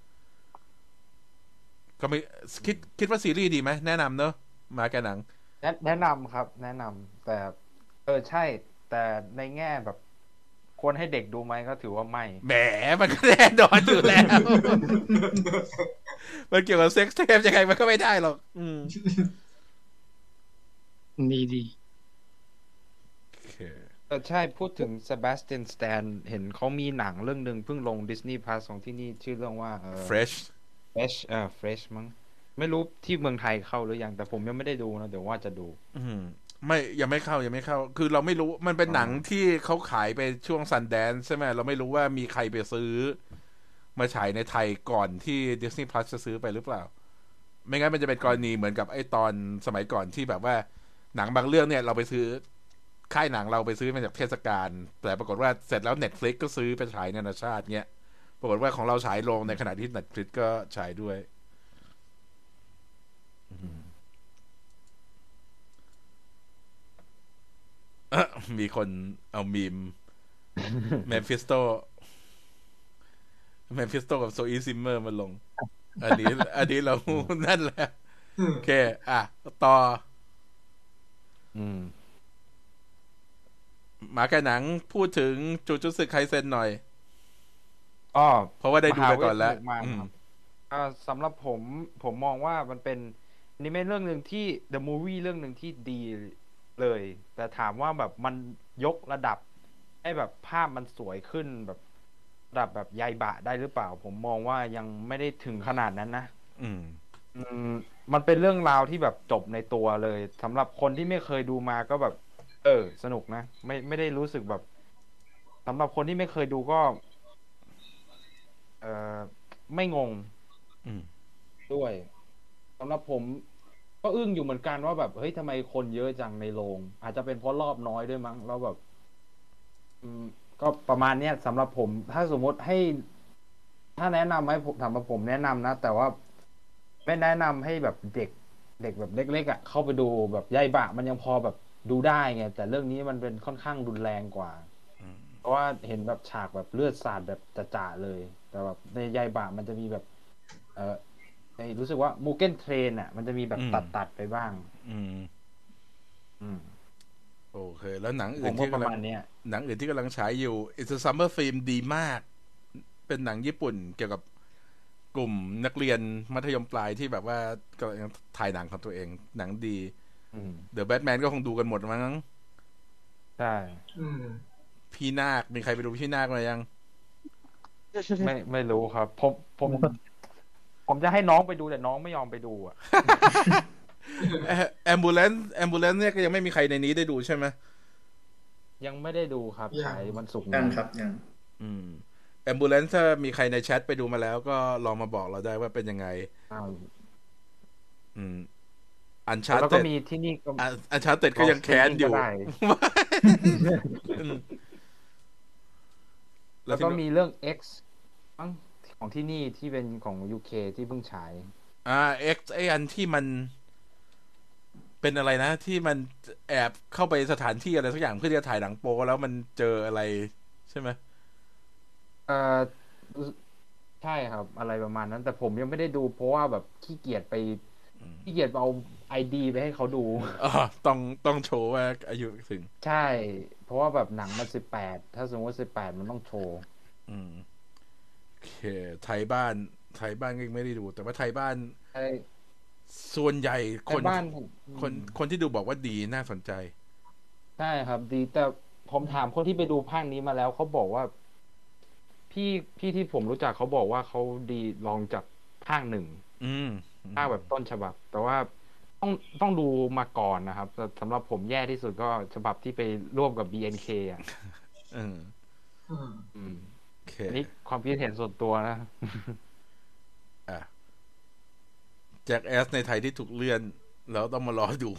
ก็ไม่คิดว่าซีรีส์ดีไหมแนะนำเนอะมาแกหนังแนะนำครับแนะนำแต่ใช่แต่ในแง่แบบควรให้เด็กดูไหมก็ถือว่าไม่แหมมันก็แน่นอนอยู่แล้ว มันเกี่ยวกับเซ็กซ์เทปยังไงมันก็ไม่ได้หรอกดีใช่พูดถึง Sebastian Stan เห็นเขามีหนังเรื่องนึงเพิ่งลง Disney Plus ของที่นี่ชื่อเรื่องว่า Fresh Fresh มั้งไม่รู้ที่เมืองไทยเข้าหรือยังแต่ผมยังไม่ได้ดูนะเดี๋ยวว่าจะดูไม่ยังไม่เข้าคือเราไม่รู้มันเป็นหนังที่เขาขายไปช่วง Sundance ใช่ไหมเราไม่รู้ว่ามีใครไปซื้อมาฉายในไทยก่อนที่ Disney Plus จะซื้อไปหรือเปล่าไม่งั้นมันจะเป็นกรณีเหมือนกับไอ้ตอนสมัยก่อนที่แบบว่าหนังบางเรื่องเนี่ยเราไปซื้อค่ายหนังเราไปซื้อมาจากเทศกาลแต่ปรากฏว่าเสร็จแล้ว Netflix ก็ซื้อไปฉายในนานาชาติเงี้ยปรากฏว่าของเราฉายลงในขณะที่ Netflix ก็ฉายด้วยมีคนเอามีมแมนฟิสโตกับโซอีซิมเมอร์มาลงอันนี้เรานั่นแหละโอเคต่อมาแค่หนังพูดถึงจูจูสึไคเซ็นหน่อยเพราะว่าได้ดูไปก่อนแล้วสำหรับผมมองว่ามันเป็นอนิเมะเรื่องนึงที่ The Movie เรื่องนึงที่ดีเลยแต่ถามว่าแบบมันยกระดับให้แบบภาพมันสวยขึ้นแบบระดับแบบไยบะได้หรือเปล่าผมมองว่ายังไม่ได้ถึงขนาดนั้นนะมันเป็นเรื่องราวที่แบบจบในตัวเลยสำหรับคนที่ไม่เคยดูมาก็แบบสนุกนะไม่ได้รู้สึกแบบสำหรับคนที่ไม่เคยดูก็ไม่งงด้วยสำหรับผมก็อึ้งอยู่เหมือนกันว่าแบบเฮ้ยทำไมคนเยอะจังในโรงอาจจะเป็นเพราะรอบน้อยด้วยมั้งแล้วแบบก็ประมาณเนี้ยสำหรับผมถ้าสมมติให้ถ้าแนะนำให้ผมถามว่าผมแนะนำนะแต่ว่าไม่แนะนำให้แบบเด็กแบบเล็กๆเข้าไปดูแบบไยบะมันยังพอแบบดูได้ไงแต่เรื่องนี้มันเป็นค่อนข้างรุนแรงกว่าเพราะว่าเห็นแบบฉากแบบเลือดสาดแบบจ่าๆเลยแต่แบบในไยบะมันจะมีแบบรู้สึกว่ามูเก้นเทรนมันจะมีแบบตัดไปบ้างโอเคแล้วหนังอื่นที่กำลังฉายอยู่ It's a Summer Film ดีมากเป็นหนังญี่ปุ่นเกี่ยวกับกลุ่มนักเรียนมัธยมปลายที่แบบว่าก็ยังถ่ายหนังของตัวเองหนังดีThe Batman ก็คงดูกันหมดมั้งใช่พี่นาคมีใครไปดูพี่นาคมายังไม่รู้ครับผมจะให้น้องไปดูแต่น้องไม่ยอมไปดู Ambulance เนี่ยก็ยังไม่มีใครในนี้ได้ดูใช่ไหมยังไม่ได้ดูครับฉายวันศุกร์ยังครับยัง Ambulance ถ้ามีใครในแชทไปดูมาแล้วก็ลองมาบอกเราได้ว่าเป็นยังไงอันชาร์เต็ดแล้วก็มีที่นี่ก็อันชาร์เต็ดก็ยังแค้นอยู่แล้วก็มีเรื่อง X ของที่นี่ที่เป็นของ UK ที่เพิ่งฉาย X ไอ้อันที่มันเป็นอะไรนะที่มันแอบเข้าไปสถานที่อะไรสักอย่างเพื่อที่จะถ่ายหนังโป๊แล้วมันเจออะไรใช่ไหมใช่ครับอะไรประมาณนั้นแต่ผมยังไม่ได้ดูเพราะว่าแบบขี้เกียจเอา ID ไปให้เขาดูต้องโชว์ว่าอายุถึงใช่เพราะว่าแบบหนังมัน18ถ้าสมมติว่า18มันต้องโชว์โอเคไทยบ้านก็ยังไม่ได้ดูแต่ว่าไทยบ้านส่วนใหญ่คนที่ดูบอกว่าดีน่าสนใจใช่ครับดีแต่ผมถามคนที่ไปดูภาคนี้มาแล้วเขาบอกว่าพี่ที่ผมรู้จักเขาบอกว่าเขาดีลองจากภาค1ภาคแบบต้นฉบับแต่ว่าต้องดูมาก่อนนะครับแต่สำหรับผมแย่ที่สุดก็ฉบับที่ไปร่วมกับ BNK นี่ความคิดเห็นส่วนตัวนะแจ็คแอสในไทยที่ถูกเลื่อนแล้วต้องมารอดู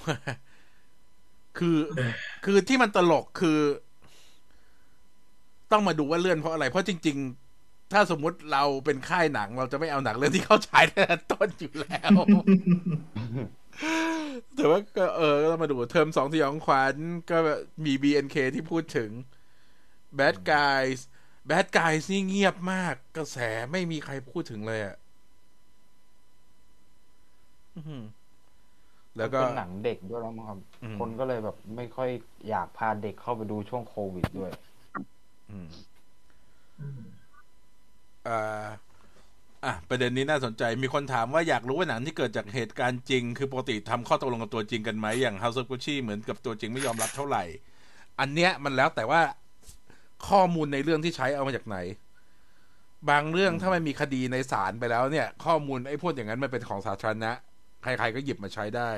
คือที่มันตลกคือต้องมาดูว่าเลื่อนเพราะอะไรเพราะจริงๆถ้าสมมุติเราเป็นค่ายหนังเราจะไม่เอาหนังเรื่องที่เข้าฉายตั้งแต่ต้นอยู่แล้วแต่ว่าก็ก็ต้องมาดูเทอม2สยองขวัญก็มี BNK ที่พูดถึง Bad Guys นี่เงียบมากกระแสไม่มีใครพูดถึงเลยแล้วก็เป็นหนังเด็กด้วยแล้วมั้งครับคนก็เลยแบบไม่ค่อยอยากพาเด็กเข้าไปดูช่วงโควิดด้วยประเด็นนี้น่าสนใจมีคนถามว่าอยากรู้ว่าหนังที่เกิดจากเหตุการณ์จริงคือปกติทำข้อตกลงกับตัวจริงกันไหมอย่าง House of Gucci เหมือนกับตัวจริงไม่ยอมรับเท่าไหร่อันเนี้ยมันแล้วแต่ว่าข้อมูลในเรื่องที่ใช้เอามาจากไหนบางเรื่องถ้ามันมีคดีในศาลไปแล้วเนี่ยข้อมูลไอ้พวกอย่างนั้นมันเป็นของสาธารณะใครๆก็หยิบมาใช้ได้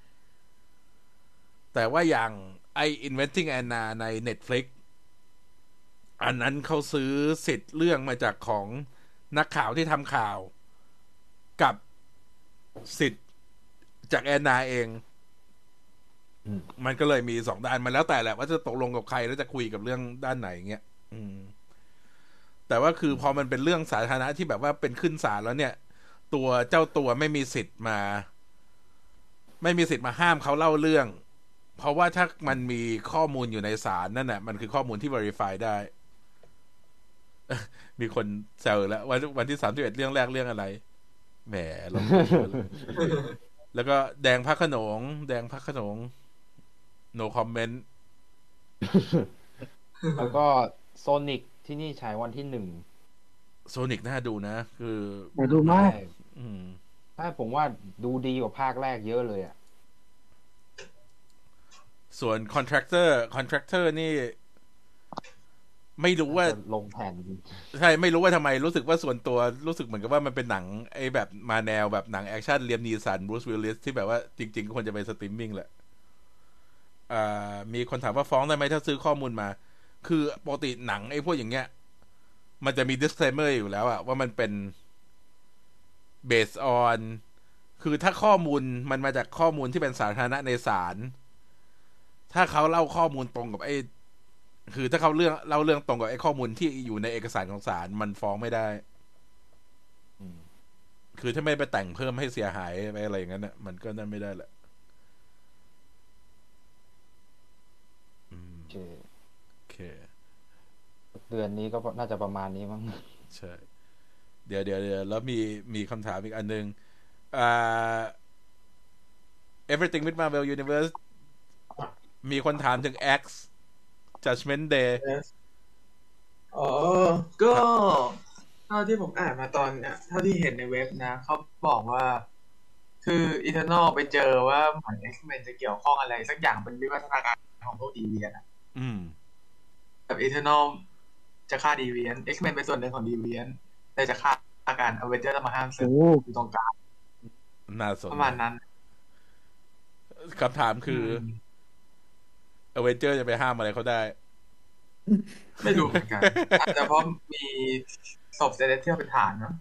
แต่ว่าอย่างไอ้ Inventing Anna ใน Netflix อันนั้นเขาซื้อสิทธิ์เรื่องมาจากของนักข่าวที่ทำข่าวกับสิทธิ์จากแอนนาเองมันก็เลยมี2ด้านมันแล้วแต่แหละว่าจะตกลงกับใครแล้วจะคุยกับเรื่องด้านไหนเงี้ยแต่ว่าคือพอมันเป็นเรื่องสาธารณะที่แบบว่าเป็นขึ้นศาลแล้วเนี่ยตัวเจ้าตัวไม่มีสิทธิ์มาห้ามเขาเล่าเรื่องเพราะว่าถ้ามันมีข้อมูลอยู่ในศาลนั่นน่ะมันคือข้อมูลที่ verify ได้ มีคนแซวแล้ววันที่31เรื่องแรกเรื่องอะไรแหมเรา แล้วก็แดงพระโขนงno comment แล้วก็โซนิกที่นี่ฉายวันที่โซนิกน่าดูนะคือดูมากใช่ผมว่าดูดีกว่าภาคแรกเยอะเลยอ่ะส่วน contractor นี่ไม่รู้ว่าลงแผ่นใช่ไม่รู้ว่าทำไมรู้สึกว่าส่วนตัวรู้สึกเหมือนกับว่ามันเป็นหนังไอ้แบบมาแนวแบบหนังแอคชั่นเลียมนีสันบรูซวิลลิสที่แบบว่าจริงๆควรจะไปสตรีมมิ่งแหละมีคนถามว่าฟ้องได้ไหมถ้าซื้อข้อมูลมาคือปกติหนังไอ้พวกอย่างเงี้ยมันจะมี disclaimer อยู่แล้วอะว่ามันเป็น based on คือถ้าข้อมูลมันมาจากข้อมูลที่เป็นสาธารณะในศาลถ้าเขาเล่าข้อมูลตรงกับไอ้คือถ้าเขาเล่าเรื่องตรงกับไอ้ข้อมูลที่อยู่ในเอกสารของศาลมันฟ้องไม่ได้คือถ้าไม่ไปแต่งเพิ่มให้เสียหายไปอะไรอย่างนั้นน่ะมันก็นั่นไม่ได้แหละโอเคเดือนนี้ก็น่าจะประมาณนี้มั้งใช่เดี๋ยวแล้วมีคำถามอีกอันนึงEverything with Marvel Universe มีคนถามถึง X Judgment Day ก็เท่าที่ผมอ่านมาตอนเนี่ยเท่าที่เห็นในเว็บนะเขาบอกว่าคือ Eternal ไปเจอว่าเหมือน X-Men จะเกี่ยวข้องอะไรสักอย่างเป็นวิวัฒนาการของพวกดีเวียนอะแบบ Eternal จะฆ่าดีเวียน X-Men เป็นส่วนหนึ่งของดีเวียนแต่จะฆ่าการ Avengers มาห้ามศึกอยู่ตรงกลางน่าสนประมาณนั้นคำถามคือ Avengers จะไปห้ามอะไรเขาได้ไม่รู้เหมือนกันอาจจะเพราะมีศพเซเลสเทียลเป็นฐานเนาะ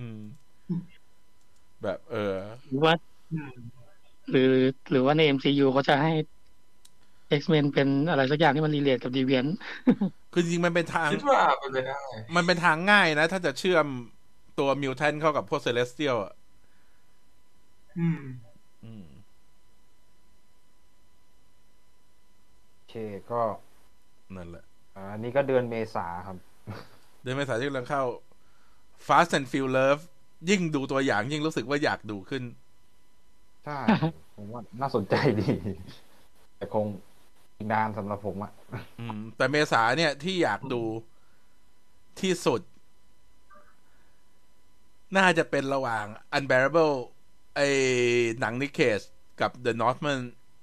แบบหรือว่าหรือว่าใน MCU เขาจะให้ X-Men เป็นอะไรสักอย่างที่มันรีเลทกับ Deviant คือจริงๆมันเป็นทางคิดว่าเป็นไปได้มันเป็นทางง่ายนะถ้าจะเชื่อมตัวมิวแทนเข้ากับพวกเซเลสเทียลโอเคก็นั่นแหละอันนี้ก็เดือนเมษาครับเดือนเมษาที่กำลังเข้า Fast and Furious ยิ่งดูตัวอย่างยิ่งรู้สึกว่าอยากดูขึ้นใช่ผมว่าน่าสนใจดีแต่คงอีกนานสำหรับผมอะแต่เมษาเนี่ยที่อยากดูที่สุดน่าจะเป็นระหว่าง Unbearable ไอ้หนังนิเคจกับ The Northman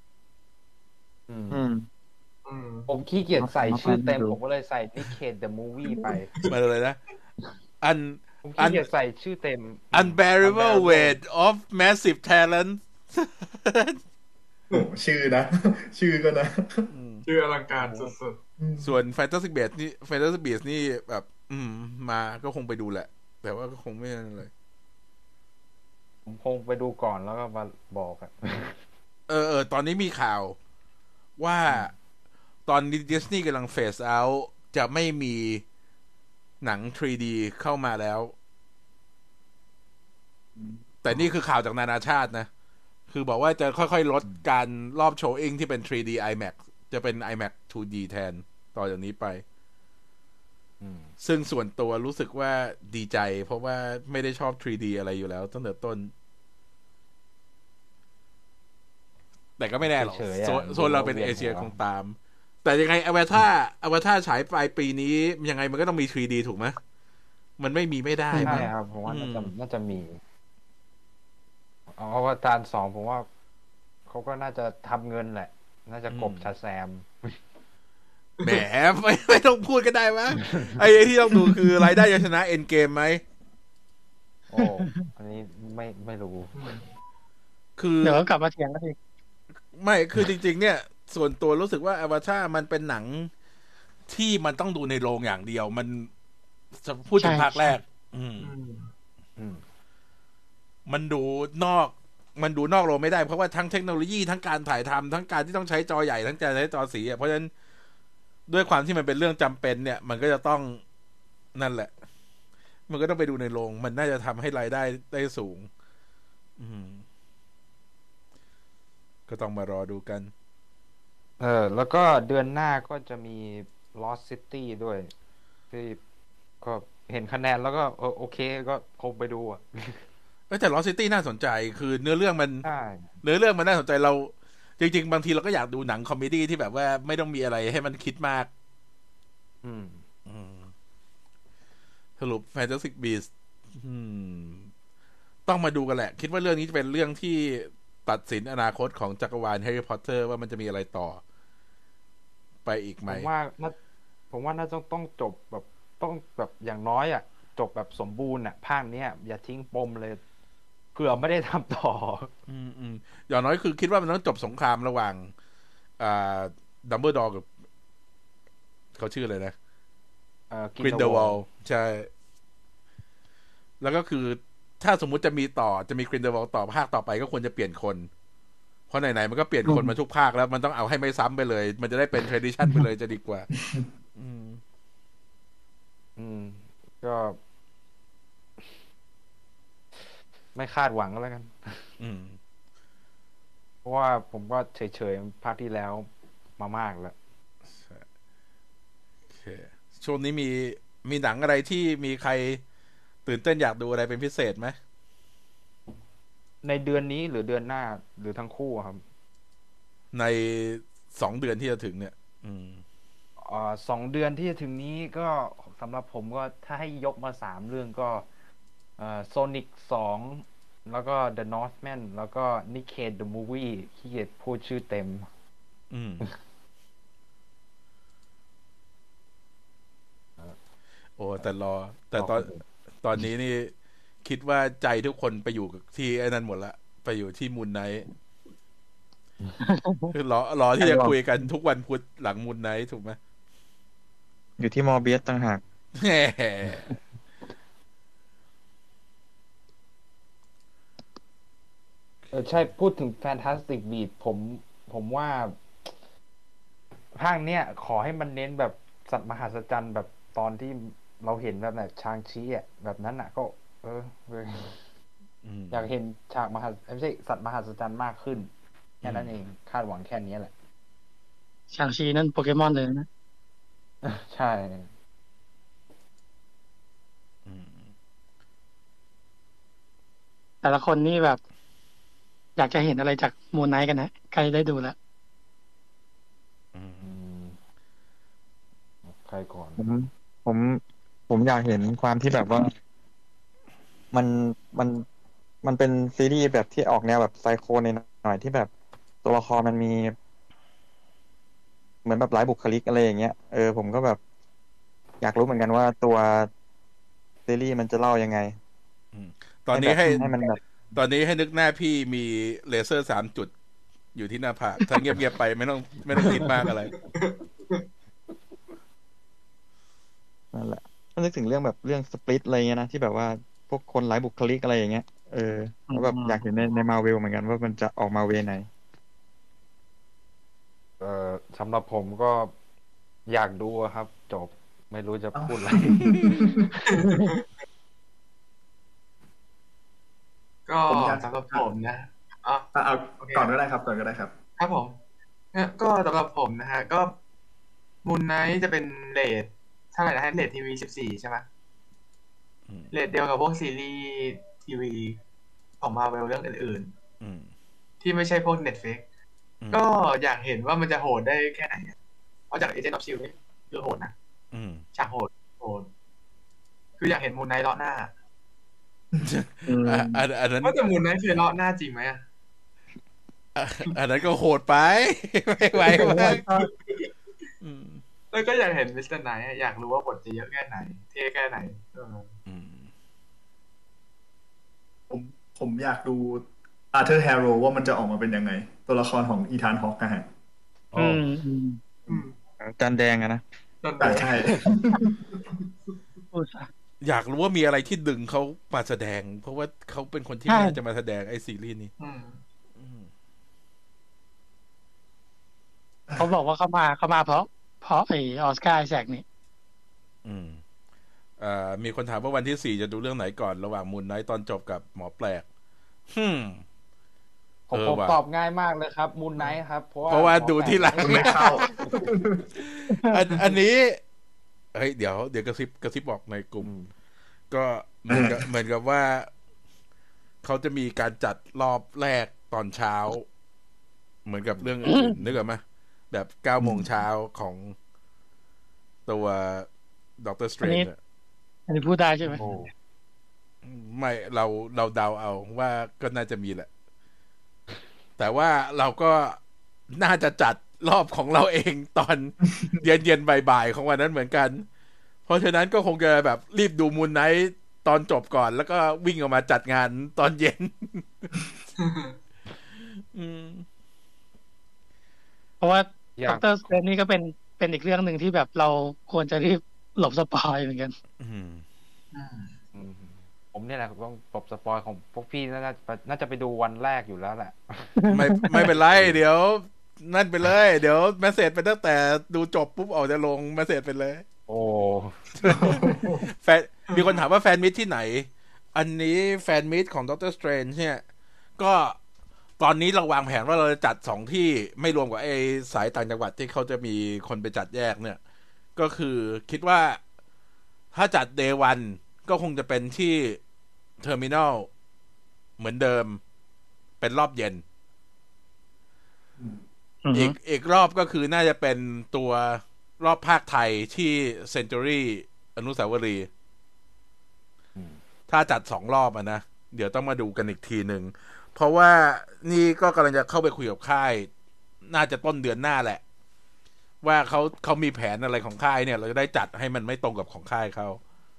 ผมขี้เกียจใส่ชื่อเต็มผมก็เลยใส่ Nickade the Movie ไปมาเลยนะผมขี้เกียจใส่ชื่อเต็ม Unbearable Weight of Massive Talent โอ้ชื่อนะชื่อก็นะชื่ออลังการสุดๆส่วน Fantastic Beasts นี่แบบมาก็คงไปดูแหละแต่ว่าก็คงไม่อะไรผมคงไปดูก่อนแล้วก็มาบอกอ่ะตอนนี้มีข่าวว่าตอนนี้ดิสนีย์กำลังเฟสเอาท์จะไม่มีหนัง 3D เข้ามาแล้วแต่นี่คือข่าวจากนานาชาตินะคือบอกว่าจะค่อยๆลดการรอบโชว์อิงที่เป็น 3D IMAX จะเป็น IMAX 2D แทนต่อจากนี้ไปซึ่งส่วนตัวรู้สึกว่าดีใจเพราะว่าไม่ได้ชอบ 3D อะไรอยู่แล้วตั้งแต่ต้นแต่ก็ไม่แน่หรอกโซนเราเป็นเอเชียคงตามแต่ยังไงอวตารฉายปลายปีนี้ยังไงมันก็ต้องมี 3D ถูกไหมมันไม่มีไม่ได้ใช่ครับผมว่าน่าจะมีอวตาร2ผมว่าเขาก็น่าจะทำเงินแหละน่าจะกบชาแซมแหมไม่ต้องพูดก็ได้มั้ยไอ้ที่ต้องดูคือรายได้จะชนะเอ็นเกมไหมโอ้อันนี้ไม่รู้คือเดี๋ยวกลับมาเถียงกันอีกไม่คือจริงๆเนี่ยส่วนตัวรู้สึกว่าอวตารมันเป็นหนังที่มันต้องดูในโรงอย่างเดียวมันจะพูดถึงภาคแรกมันดูนอกโรงไม่ได้เพราะว่าทั้งเทคโนโลยีทั้งการถ่ายทำทั้งการที่ต้องใช้จอใหญ่ทั้งการใช้จอสีเพราะฉะนั้นด้วยความที่มันเป็นเรื่องจำเป็นเนี่ยมันก็จะต้องนั่นแหละมันก็ต้องไปดูในโรงมันน่าจะทำให้รายได้สูงก็ต้องมารอดูกันแล้วก็เดือนหน้าก็จะมี Lost City ด้วยที่ก็เห็นคะแนนแล้วก็โอเคก็คงไปดูอ่ะแต่ Lost City น่าสนใจคือเนื้อเรื่องมันน่าสนใจเราจริงๆบางทีเราก็อยากดูหนังคอมเมดี้ที่แบบว่าไม่ต้องมีอะไรให้มันคิดมากสรุป Fantastic Beasts ต้องมาดูกันแหละคิดว่าเรื่องนี้จะเป็นเรื่องที่ตัดสินอนาคตของจักรวาลแฮร์รี่พอตเตอร์ว่ามันจะมีอะไรต่อไปอีกไหมผมว่าน่าต้องจบแบบต้องแบบอย่างน้อยอ่ะจบแบบสมบูรณ์อ่ะภาคเนี้ยอย่าทิ้งปมเลยเผื่อไม่ได้ทำต่ออย่างน้อยคือคิดว่ามันต้องจบสงครามระหว่างดัมเบิลดอร์กับเขาชื่ออะไรนะกรินเดวอลใช่แล้วก็คือถ้าสมมุติจะมีกรินเดวอลต่อภาคต่อไปก็ควรจะเปลี่ยนคนเพราะไหนๆมันก็เปลี่ยนคนมาทุกภาคแล้วมันต้องเอาให้ไม่ซ้ำไปเลยมันจะได้เป็น tradition ไปเลยจะดีกว่าก็ไม่คาดหวังแล้วกันเพราะว่าผมก็เฉยๆภาคที่แล้วมามากแล้วโอเคช่วงนี้มีหนังอะไรที่มีใครตื่นเต้นอยากดูอะไรเป็นพิเศษไหมในเดือนนี้หรือเดือนหน้าหรือทั้งคู่ครับใน2 เดือนที่จะถึงเนี่ย 2 เดือนที่จะถึงนี้ก็สำหรับผมก็ถ้าให้ยกมา3 เรื่องก็Sonic 2แล้วก็ The Northman แล้วก็ Nick Cage the Movie ขี้เกียจพูดชื่อเต็มโอ้แต่ตอนนี้นี่คิดว่าใจทุกคนไปอยู่ที่ไอ้นั่นหมดละไปอยู่ที่มูนไนท์คือรอที่จะคุยกันทุกวันพุธหลังมูนไนท์ถูกไหมอยู่ที่มอร์เบียสต่างหากใช่พูดถึง Fantastic Beasts ผมว่าภาคเนี้ยขอให้มันเน้นแบบสัตว์มหัศจรรย์แบบตอนที่เราเห็นแบบไหนชางชีอ่ะแบบนั้นอ่ะก็อยากเห็นฉากไม่ใช่สัตว์มหัศจรรย์มากขึ้นแค่นั้นเองคาดหวังแค่นี้แหละชางชีนั่นโปเกมอนเลยนะใช่แต่ละคนนี่แบบอยากจะเห็นอะไรจากมูนไนท์กันนะใครได้ดูแล้วใครก่อนผมอยากเห็นความที่แบบว่ามันเป็นซีรีส์แบบที่ออกแนวแบบไซโคในหน่อยที่แบบตัวละครมันมีเหมือนแบบหลายบุคลิกอะไรอย่างเงี้ยผมก็แบบอยากรู้เหมือนกันว่าตัวซีรีส์มันจะเล่ายังไงตอนนี้ให้มันแบบตอนนี้ให้นึกหน้าพี่มีเลเซอร์3 จุดอยู่ที่หน้าผากถ้าเงียบๆไปไม่ต้องคิดมากอะไรนั่นแหละถ้านึกถึงเรื่องแบบเรื่องสปลิตอะไรเงี้ยนะที่แบบว่าพวกคนหลายบุคลิกอะไรอย่างเงี้ยแล้วแบบอยากเห็นในมาร์เวลเหมือนกันว่ามันจะออกมาเวไหนสำหรับผมก็อยากดูครับจบไม่รู้จะพูดอะไรก็สำหรับผมนะเอาก่อนก็ได้ครับครับผมก็สำหรับผมนะฮะก็มูนไนท์จะเป็นเรทเท่าไหร่นะฮะเรททีวี14ใช่ไหมเรทเดียวกับพวกซีรีส์ทีวีของมาร์เวลเรื่องอื่นๆที่ไม่ใช่พวก Netflix ก็อยากเห็นว่ามันจะโหดได้แค่ไหนเพราะจาก Agent of Shield นี่คือโหดนะฉากโหดคืออยากเห็นมูนไนท์เลาะหน้าอันนั้นว่าแต่มูนไนท์เคยเลาะหน้าจริงไหมอันนั้นก็โหดไปไม่ไหวแล้วก็อยากเห็นมิสเตอร์ไนท์อยากรู้ว่าบทจะเยอะแค่ไหนเท่แค่ไหนผมอยากดูอาร์เธอร์แฮร์โรว์ว่ามันจะออกมาเป็นยังไงตัวละครของอีธานฮอกนะฮะจานแดงอะนะใช่อยากรู้ว่ามีอะไรที่ดึงเขามาแสดงเพราะว่าเขาเป็นคนที่น่าจะมาแสดงไอ้ซีรีส์นี้เขาบอกว่าเขามาเพราะไอ้ออสการ์ไอแซคนี่มีคนถามว่าวันที่4จะดูเรื่องไหนก่อนระหว่างมูนไนท์ตอนจบกับหมอแปลกผมตอบง่ายมากเลยครับมูนไนท์ครับเพราะว่าดูที่หลังไม่เข้าอันนี้เฮ้ยเดี๋ยวกระซิบบอกในกลุ่มก็เหมือนกับว่าเขาจะมีการจัดรอบแรกตอนเช้าเหมือนกับเรื่องอื่นนึกออกไหมแบบ9 โมงเช้าของตัวด็อกเตอร์สเตรนจ์อันนี้พูดได้ใช่ไหมไม่เราเดาเอาว่าก็น่าจะมีแหละแต่ว่าเราก็น่าจะจัดรอบของเราเองตอนเย็นบ่ายๆของวันนั้นเหมือนกันเพราะฉะนั้นก็คงจะแบบรีบดูมูนไนท์ตอนจบก่อนแล้วก็วิ่งออกมาจัดงานตอนเย็นเพราะว่าด็อกเตอร์สเตรนจ์นี่ก็เป็นอีกเรื่องหนึ่งที่แบบเราควรจะรีบหลบสปอยเหมือนกันผมเนี่ยแหละต้องหลบสปอยของพวกพี่น่าจะไปดูวันแรกอยู่แล้วแหละไม่เป็นไรเดี๋ยวนั่นไปเลยเดี๋ยวเมสเสจไปตั้งแต่ดูจบปุ๊บออกจะลงเมสเสจไปเลยโอ้แฟนมีคนถามว่าแฟนมิตที่ไหนอันนี้แฟนมิตของด็อกเตอร์สเตรนจ์เนี่ยก็ตอนนี้เราวางแผนว่าเราจะจัด2ที่ไม่รวมกับไอ้สายต่างจังหวัดที่เขาจะมีคนไปจัดแยกเนี่ยก็คือคิดว่าถ้าจัด Day 1ก็คงจะเป็นที่เทอร์มินัลเหมือนเดิมเป็นรอบเย็นอีกรอบก็คือน่าจะเป็นตัวรอบภาคไทยที่เซนจูรี่อนุสาวรีย์ถ้าจัด2 รอบนะเดี๋ยวต้องมาดูกันอีกทีหนึ่งเพราะว่านี่ก็กำลังจะเข้าไปคุยกับค่ายน่าจะต้นเดือนหน้าแหละว่าเขามีแผนอะไรของค่ายเนี่ยเราจะได้จัดให้มันไม่ตรงกับของค่ายเขา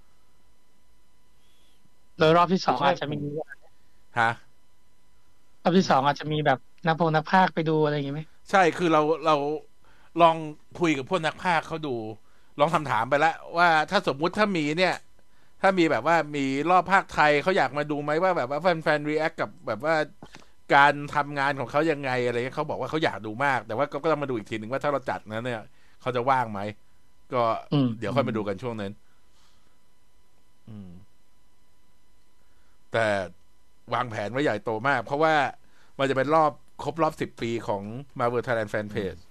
โดยรอบที่2อาจจะมีฮะรอบที่2อาจจะมีแบบนักพากย์ไปดูอะไรอย่างงี้ไหมใช่คือเราลองคุยกับพวกนักพากย์เขาดูลองถามไปแล้วว่าถ้าสมมุติถ้ามีเนี่ยถ้ามีแบบว่ามีรอบภาคไทยเขาอยากมาดูไหมว่าแบบว่าแฟนรีแอคกับแบบว่าการทำงานของเขายังไงอะไรเงี้ยเขาบอกว่าเขาอยากดูมากแต่ว่าก็ต้องมาดูอีกทีหนึ่งว่าถ้าเราจัดนั้นเนี่ยเขาจะว่างไหมก็เดี๋ยวค่อยมาดูกันช่วงนั้นแต่วางแผนไว้ใหญ่โตมากเพราะว่ามันจะเป็นครบรอบ10 ปีของ Marvel Thailand Fan Page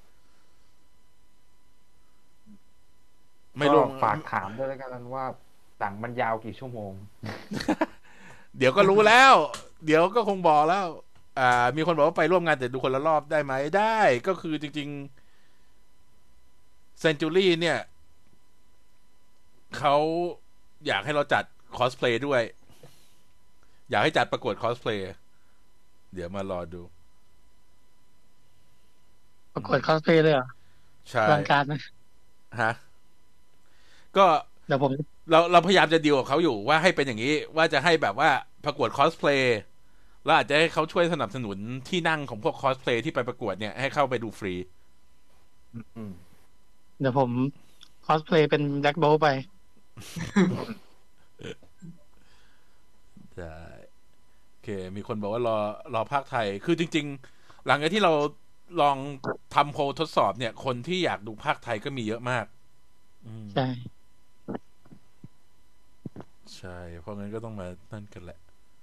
ไม่รู้ฝากถามด้วยแล้วกันว่าหนังมันยาวกี่ชั่วโมงเดี๋ยวก็รู้แล้วเดี๋ยวก็คงบอกแล้วมีคนบอกว่าไปร่วมงานแต่ดูคนละรอบได้ไหมได้ก็คือจริงๆ Century เนี่ยเขาอยากให้เราจัดคอสเพลย์ด้วยอยากให้จัดประกวดคอสเพลย์เดี๋ยวมารอดูประกวดคอสเพลย์เลยเหรอใช่ร่างการนะฮะก็เดี๋ยวผมเราพยายามจะดีลกับเขาอยู่ว่าให้เป็นอย่างนี้ว่าจะให้แบบว่าประกวดคอสเพลย์แล้วอาจจะให้เขาช่วยสนับสนุนที่นั่งของพวกคอสเพลย์ที่ไปประกวดเนี่ยให้เข้าไปดูฟรีเดี๋ยวผมคอสเพลย์เป็นแบล็คโบว์ไปใช่โอเคมีคนบอกว่ารอภาคไทยคือจริงๆหลังจากที่เราลองทำโพลทดสอบเนี่ยคนที่อยากดูภาคไทยก็มีเยอะมากใช่ใช่เพราะงั้นก็ต้องมานั่นกันแหละ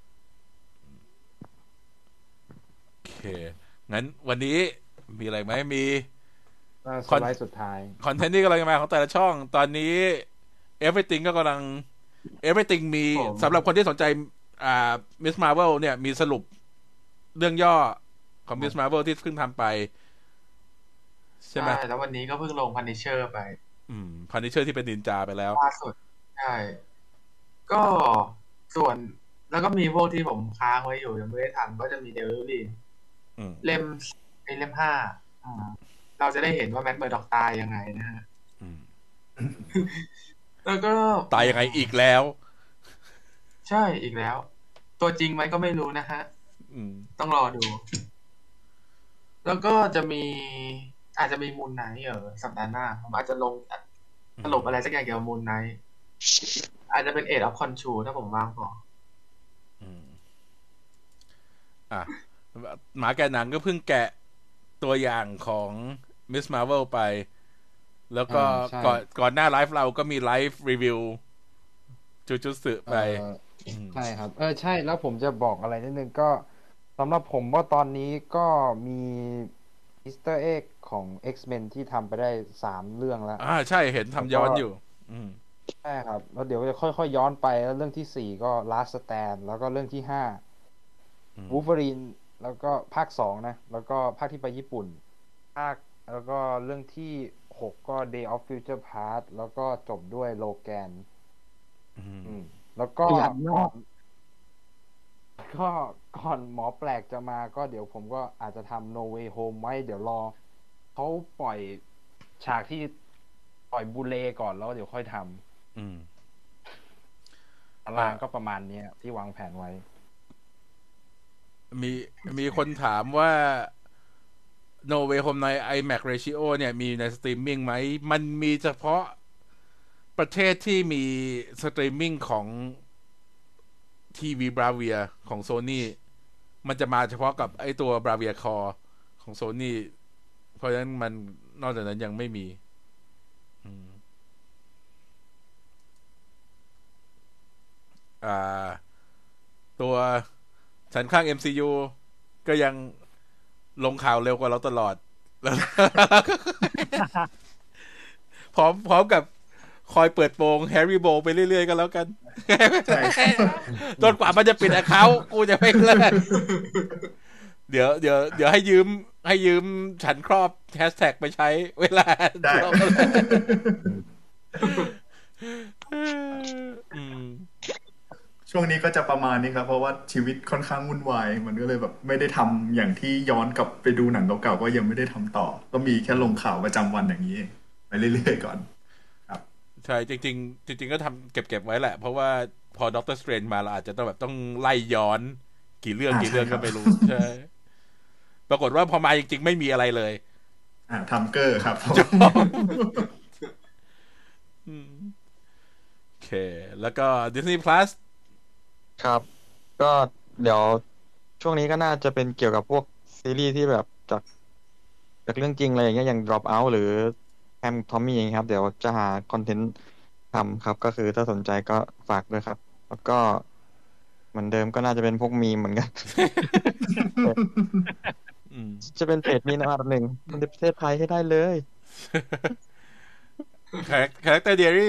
โอเคงั้นวันนี้มีอะไรไหมมีสไลด์สุดท้ายคอนเทนต์ที่กำลังมาของแต่ละช่องตอนนี้ Everything ก็กำลัง Everything มีสำหรับคนที่สนใจMiss Marvel เนี่ยมีสรุปเรื่องย่อของ Miss Marvel ที่เพิ่งทำไปใช่ไหมแล้ววันนี้ก็เพิ่งลง Punisher ไป Punisher ที่เป็นนินจาไปแล้วล่าสุดใช่ก็ส่วนแล้วก็มีพวกที่ผมค้างไว้อยู่ยังไม่ได้ทำก็จะมีเดวิลลินเล่ม 5เราจะได้เห็นว่าแมทเมอร์ด็อกตายยังไงนะฮะแล้วก็ตายยังไงอีกแล้วใช่อีกแล้วตัวจริงไหมก็ไม่รู้นะฮะต้องรอดูแล้วก็อาจจะมีมูนไนท์สัปดาห์หน้าผมอาจจะลงสรุปอะไรสักอย่างเกี่ยวกับมูนไนท์อาจจะเป็นAge of Controlถ้าผมว่างพอหมาแกะหนังก็เพิ่งแกะตัวอย่างของ Miss Marvel ไปแล้วก็ก่อนหน้าไลฟ์เราก็มีไลฟ์รีวิวจูจูสึไปใช่ครับใช่แล้วผมจะบอกอะไรนิดนึงก็สำหรับผมว่าตอนนี้ก็มีอีสเตอร์เอ็กของ X-Men ที่ทำไปได้3 เรื่องแล้วใช่เห็นทำย้อนอยู่ใช่ครับแล้วเดี๋ยวจะค่อยๆย้อนไปแล้วเรื่องที่4ก็ Last Stand แล้วก็เรื่องที่5 Wolverine แล้วก็ภาค2นะแล้วก็ภาคที่ไปญี่ปุ่นแล้วก็เรื่องที่6ก็ Day of Future Past แล้วก็จบด้วย Logan แล้วก็ก่อนหมอแปลกจะมาก็เดี๋ยวผมก็อาจจะทำ No Way Home ไว้เดี๋ยวรอเขาปล่อยฉากที่ปล่อยบูเลก่อนแล้วเดี๋ยวค่อยทำตารางก็ประมาณนี้ที่วางแผนไว้มีคนถามว่า No Way Home ใน IMAX Ratio เนี่ยมีในสตรีมมิ่งไหมมันมีเฉพาะประเทศที่มีสตรีมมิ่งของทีวีบราเวียของ Sony มันจะมาเฉพาะกับไอตัว Bravia Core ของ Sony เพราะฉะนั้นมันนอกจากนั้นยังไม่มีตัวฉันข้าง MCU ก็ยังลงข่าวเร็วกว่าเราตลอดพร้อมกับคอยเปิดโปงแฮร์รี่โบไปเรื่อยๆกันแล้วกันจนกว่ามันจะปิดaccountกูจะไม่เลิกเดี๋ยวให้ยืมฉันครอบแฮชแท็กไปใช้เวลาช่วงนี้ก็จะประมาณนี้ครับเพราะว่าชีวิตค่อนข้างวุ่นวายมันก็เลยแบบไม่ได้ทำอย่างที่ย้อนกลับไปดูหนังเก่าๆก็ยังไม่ได้ทำต่อก็มีแค่ลงข่าวประจำวันอย่างนี้ไปเรื่อยๆก่อนครับใช่จริงก็ทำเก็บไว้แหละเพราะว่าพอด็อกเตอร์สเตรนจ์มาเราอาจจะต้องไล่ย้อนกี่เรื่องก็ไม่รู้ใช่ปรากฏว่าพอมาจริงๆไม่มีอะไรเลยทำเกอร์ครับโอเคแล้วก็ Disney Plus ครับก็เดี๋ยวช่วงนี้ก็น่าจะเป็นเกี่ยวกับพวกซีรีส์ที่แบบจากเรื่องจริงอะไรอย่างเงี้ยอย่าง Drop Out หรือแฮมทอมมี่อย่างเงี้ยครับเดี๋ยวจะหาคอนเทนต์ทำครับก็คือถ้าสนใจก็ฝากด้วยครับแล้วก็เหมือนเดิมก็น่าจะเป็นพวกมีมเหมือนกันจะเป็นเพจมีอันดับ 1ในประเทศไทยให้ได้เลย Character Diary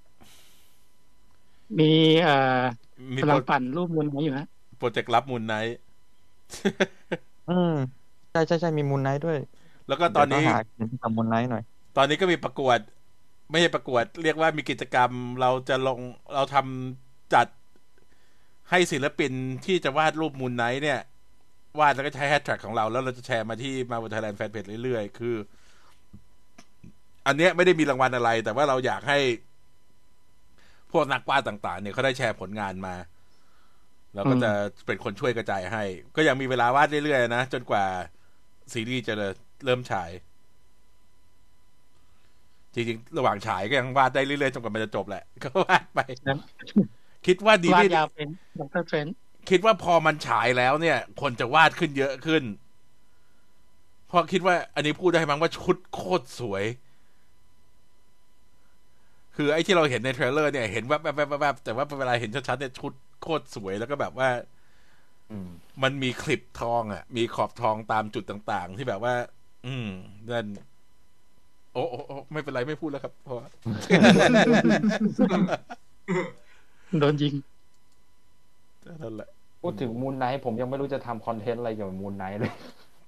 มีกำลังปั่นรูปมูลไนท์อยู่ฮะโปรเจกต์รับมูลไนท์ใช่มีมูลไนท์ด้วยแล้วก็ตอนนี้ทำมูลไนท์หน่อยตอนนี้ก็มีประกวดไม่ใช่ประกวดเรียกว่ามีกิจกรรมเราทำจัดให้ศิลปินที่จะวาดรูปมูลไนท์เนี่ยวาดแล้วก็ใช้แฮชแท็กของเราแล้วเราจะแชร์มาที่Marvel Thailand Fanpageเรื่อยๆคืออันเนี้ยไม่ได้มีรางวัลอะไรแต่ว่าเราอยากให้พวกนักวาดต่างๆเนี่ยเขาได้แชร์ผลงานมาเราก็จะเป็นคนช่วยกระจายให้ก็ยังมีเวลาวาดเรื่อยๆนะจนกว่าซีรีส์จะเริ่มฉายจริงๆระหว่างฉายก็ยังวาดได้เรื่อยๆจนกว่ามันจะจบแหละก็วาดไปคิดว่าดีไม่ยาวเป็นดร.เทรนท์คิดว่าพอมันฉายแล้วเนี่ยคนจะวาดขึ้นเยอะขึ้นเพราะคิดว่าอันนี้พูดได้มั้งว่าชุดโคตรสวยคือไอ้ที่เราเห็นในเทรลเลอร์เนี่ยเห็นแวบๆๆๆแต่ว่าเวลาเห็นชัดๆเนี่ยชุดโคตรสวยแล้วก็แบบว่ามันมีคลิปทองอ่ะมีขอบทองตามจุดต่างๆที่แบบว่านั่นโอ้ไม่เป็นไรไม่พูดแล้วครับเพราะโดนยิงนั่นแหละพูดถึงมูนไนท์ผมยังไม่รู้จะทำคอนเทนต์อะไรเกี่ยวกับมูนไนท์เลย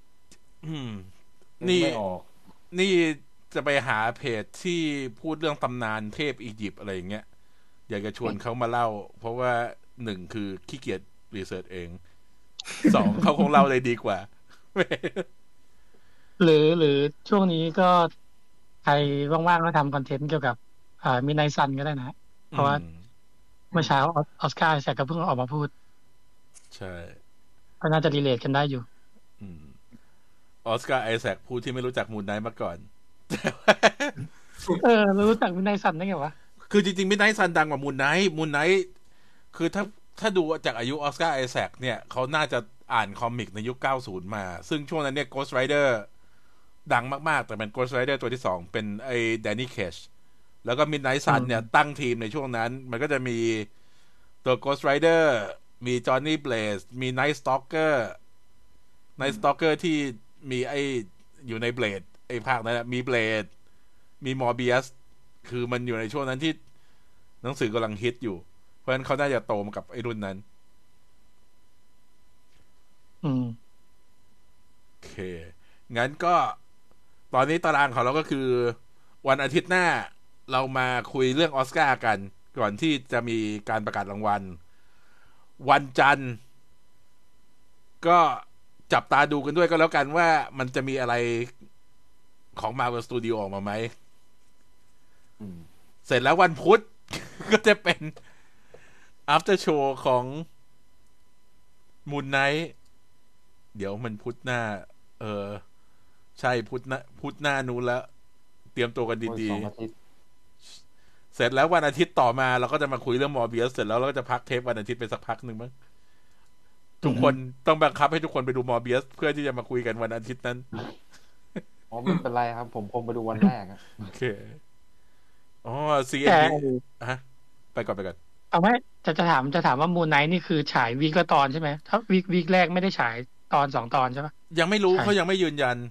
นี่จะไปหาเพจที่พูดเรื่องตำนานเทพอียิปต์อะไรอย่างเงี้ยอยากจะชวนเขามาเล่าเพราะว่า1คือขี้เกียจรีเสิร์ชเอง2เขาคงเล่าเลยดีกว่าหรือช่วงนี้ก็ใครว่างๆก็ทำคอนเทนต์เกี่ยวกับมิดไนท์ซันก็ได้นะเพราะว่าเมื่อเช้าออสการ์แซกก็เพิ่งออกมาพูดใช่ก็น่าจะรีเลทกันได้อยู่ออสการ์ไอแซคผู้ที่ไม่รู้จักมูนไนท์มาก่อนรู้จักมิดไนท์ซันได้ไงวะคือจริงๆมิดไนท์ซันดังกว่ามูนไนท์คือถ้าดูจากอายุออสการ์ไอแซคเนี่ยเขาน่าจะอ่านคอมิกในยุค90มาซึ่งช่วงนั้นเนี่ย Ghost Rider ดังมากๆแต่เป็น Ghost Rider ตัวที่2เป็นไอ้แดนนี่เคชแล้วก็ Midnight Sun เนี่ยตั้งทีมในช่วงนั้นมันก็จะมีตัว Ghost Rider มี Johnny Blaze มี Night Stalker ในสตอกเกอร์ที่มีไออยู่ในเบลดไอภาคนั้นมีเบลดมีมอร์เบียสคือมันอยู่ในช่วงนั้นที่หนังสือกำลังฮิตอยู่เพราะฉะนั้นเขาน่าจะโตมากับไอรุ่นนั้นโอเคงั้นก็ตอนนี้ตารางของเราก็คือวันอาทิตย์หน้าเรามาคุยเรื่องออสการ์กันก่อนที่จะมีการประกาศรางวัลวันจันทร์ก็จับตาดูกันด้วยก็แล้วกันว่ามันจะมีอะไรของ Marvel Studio ออกมาไหมเสร็จแล้ววันพุธ ก็จะเป็น after show ของ Moon Knight เดี๋ยวมันพุธหน้าใช่พุธหน้านู้นแล้วเตรียมตัวกันดีๆเสร็จแล้ววันอาทิตย์ต่อมาเราก็จะมาคุยเรื่องมอร์เบียสเสร็จแล้วเราก็จะพักเทปวันอาทิตย์ไปสักพักหนึ่งมั้งทุกคนต้องบังคับให้ทุกคนไปดูมอร์เบียสเพื่อที่จะมาคุยกันวันอาทิตย์นั้นไม่เป็นไรครับผมคงไปดูวันแรกโอเคCNB ฮะไปก่อนเอาไหมจะถามว่ามูนไนท์นี่คือฉายวีคละตอนใช่ไหมถ้าวีคแรกไม่ได้ฉายตอน2 ตอนใช่ปะยังไม่รู้เขายังไม่ยืนยัน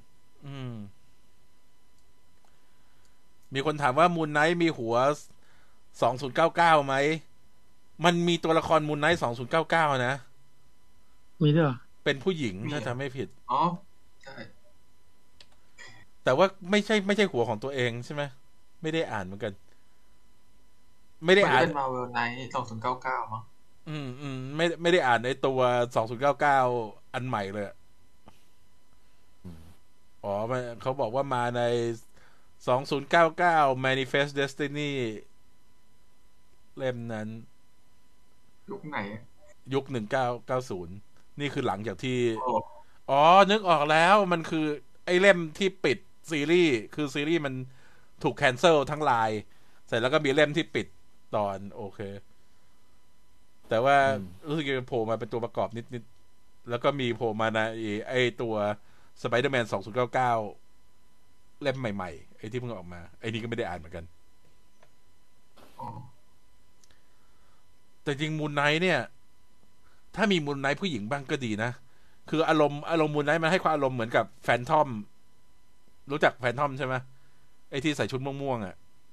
มีคนถามว่ามูนไนท์มีหัว2099ไหมมันมีตัวละครมูนไนท์2099นะมีด้วยเป็นผู้หญิงถ้าจำไม่ผิดใช่แต่ว่าไม่ใช่หัวของตัวเองใช่ไหมไม่ได้อ่านเหมือนกันไม่ได้อ่านเป็น Marvel Knight 2099มั้งไม่ได้อ่านในตัว2099อันใหม่เลยเขาบอกว่ามาใน2099 Manifest Destiny เล่มนั้นยุคไหนยุค1990นี่คือหลังจากที่นึกออกแล้วมันคือไอ้เล่มที่ปิดซีรีส์คือซีรีส์มันถูกแคนเซิลทั้งไลน์เสร็จแล้วก็มีเล่มที่ปิดตอนโอเคแต่ว่ารู้สึกจะโผล่มาเป็นตัวประกอบนิดแล้วก็มีโผล่มาในไอ้ตัว Spider-Man 2099เล่มใหม่ๆไอ้ที่เพิ่งออกมาไอ้นี่ก็ไม่ได้อ่านเหมือนกันแต่จริงมูนไนท์เนี่ยถ้ามีมูนไนท์ผู้หญิงบ้างก็ดีนะคืออารมณ์มูนไนท์มันให้ความอารมณ์เหมือนกับแฟนทอมรู้จักแฟนทอมใช่ไหมไอ้ที่ใส่ชุดม่วงๆ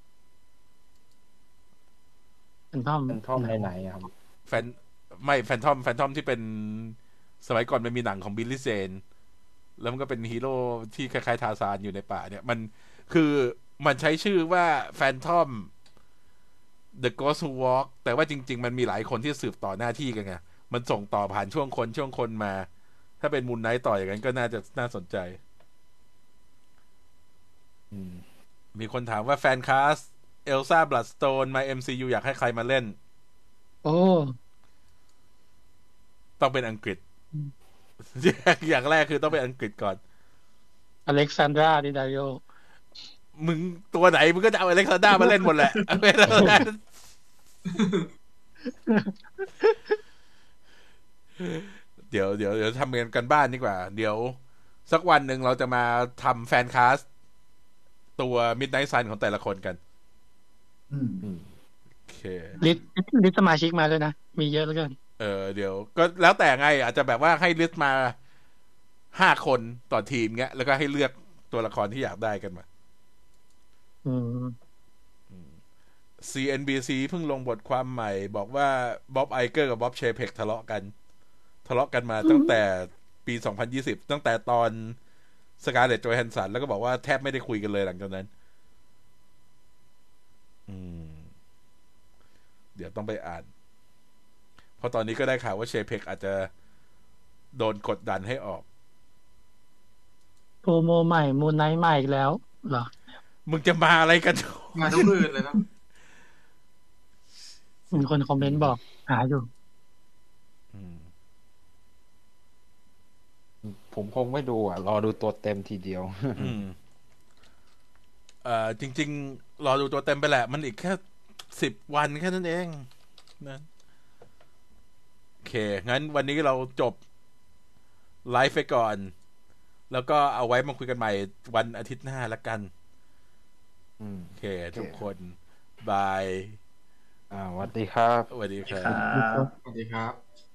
แฟนทอมไหนครับแฟนทอมที่เป็นสมัยก่อนมันมีหนังของบิลลี่เซนแล้วมันก็เป็นฮีโร่ที่คล้ายๆทาร์ซานอยู่ในป่าเนี่ยมันคือมันใช้ชื่อว่าแฟนทอม The Ghost Who Walk แต่ว่าจริงๆมันมีหลายคนที่สืบต่อหน้าที่กันไงมันส่งต่อผ่านช่วงคนมาถ้าเป็นมูนไนท์ต่ออย่างนั้นก็น่าสนใจมีคนถามว่าแฟนคาสเอลซ่าบลัดสโตนมา MCU อยากให้ใครมาเล่นต้องเป็นอังกฤษอย่างแรกคือต้องเป็นอังกฤษก่อนอเล็กซานดราดิดาริโอมึงตัวไหนมึงก็จะเอาอเล็กซานดรามาเล่นหมดแหละเดี๋ยวทำกันบ้านดีกว่าเดี๋ยวสักวันหนึ่งเราจะมาทำแฟนคาสตัว Midnight Sun ของแต่ละคนกันโอเคลิสต์สมาชิกมาด้วยนะมีเยอะแล้วกันเดี๋ยวก็แล้วแต่ไงอาจจะแบบว่าให้ลิสต์มา5 คนต่อทีมเงี้ยแล้วก็ให้เลือกตัวละครที่อยากได้กันมาCNBC เพิ่งลงบทความใหม่บอกว่าบ๊อบไอเกอร์กับบ๊อบเชเพกทะเลาะกันมาตั้งแต่ปี2020ตั้งแต่ตอนสการ์เลต โจแฮนสันแล้วก็บอกว่าแทบไม่ได้คุยกันเลยหลังจากนั้นเดี๋ยวต้องไปอ่านเพราะตอนนี้ก็ได้ข่าวว่าเชเพกอาจจะโดนกดดันให้ออกโปรโมใหม่มูนไนท์ใหม่อีกแล้วเหรอมึงจะมาอะไรกันมาทุกคืนเลยนะมีคนคอมเมนต์บอกหาอยู่ผมคงไม่ดูรอดูตัวเต็มทีเดียวจริงๆรอดูตัวเต็มไปแหละมันอีกแค่10 วันแค่นั้นเองนะโอเคงั้นวันนี้เราจบไลฟ์ไปก่อนแล้วก็เอาไว้มาคุยกันใหม่วันอาทิตย์หน้าละกันโอเคทุกคนบายสวัสดีครับสวัสดีครับสวัสดีครับ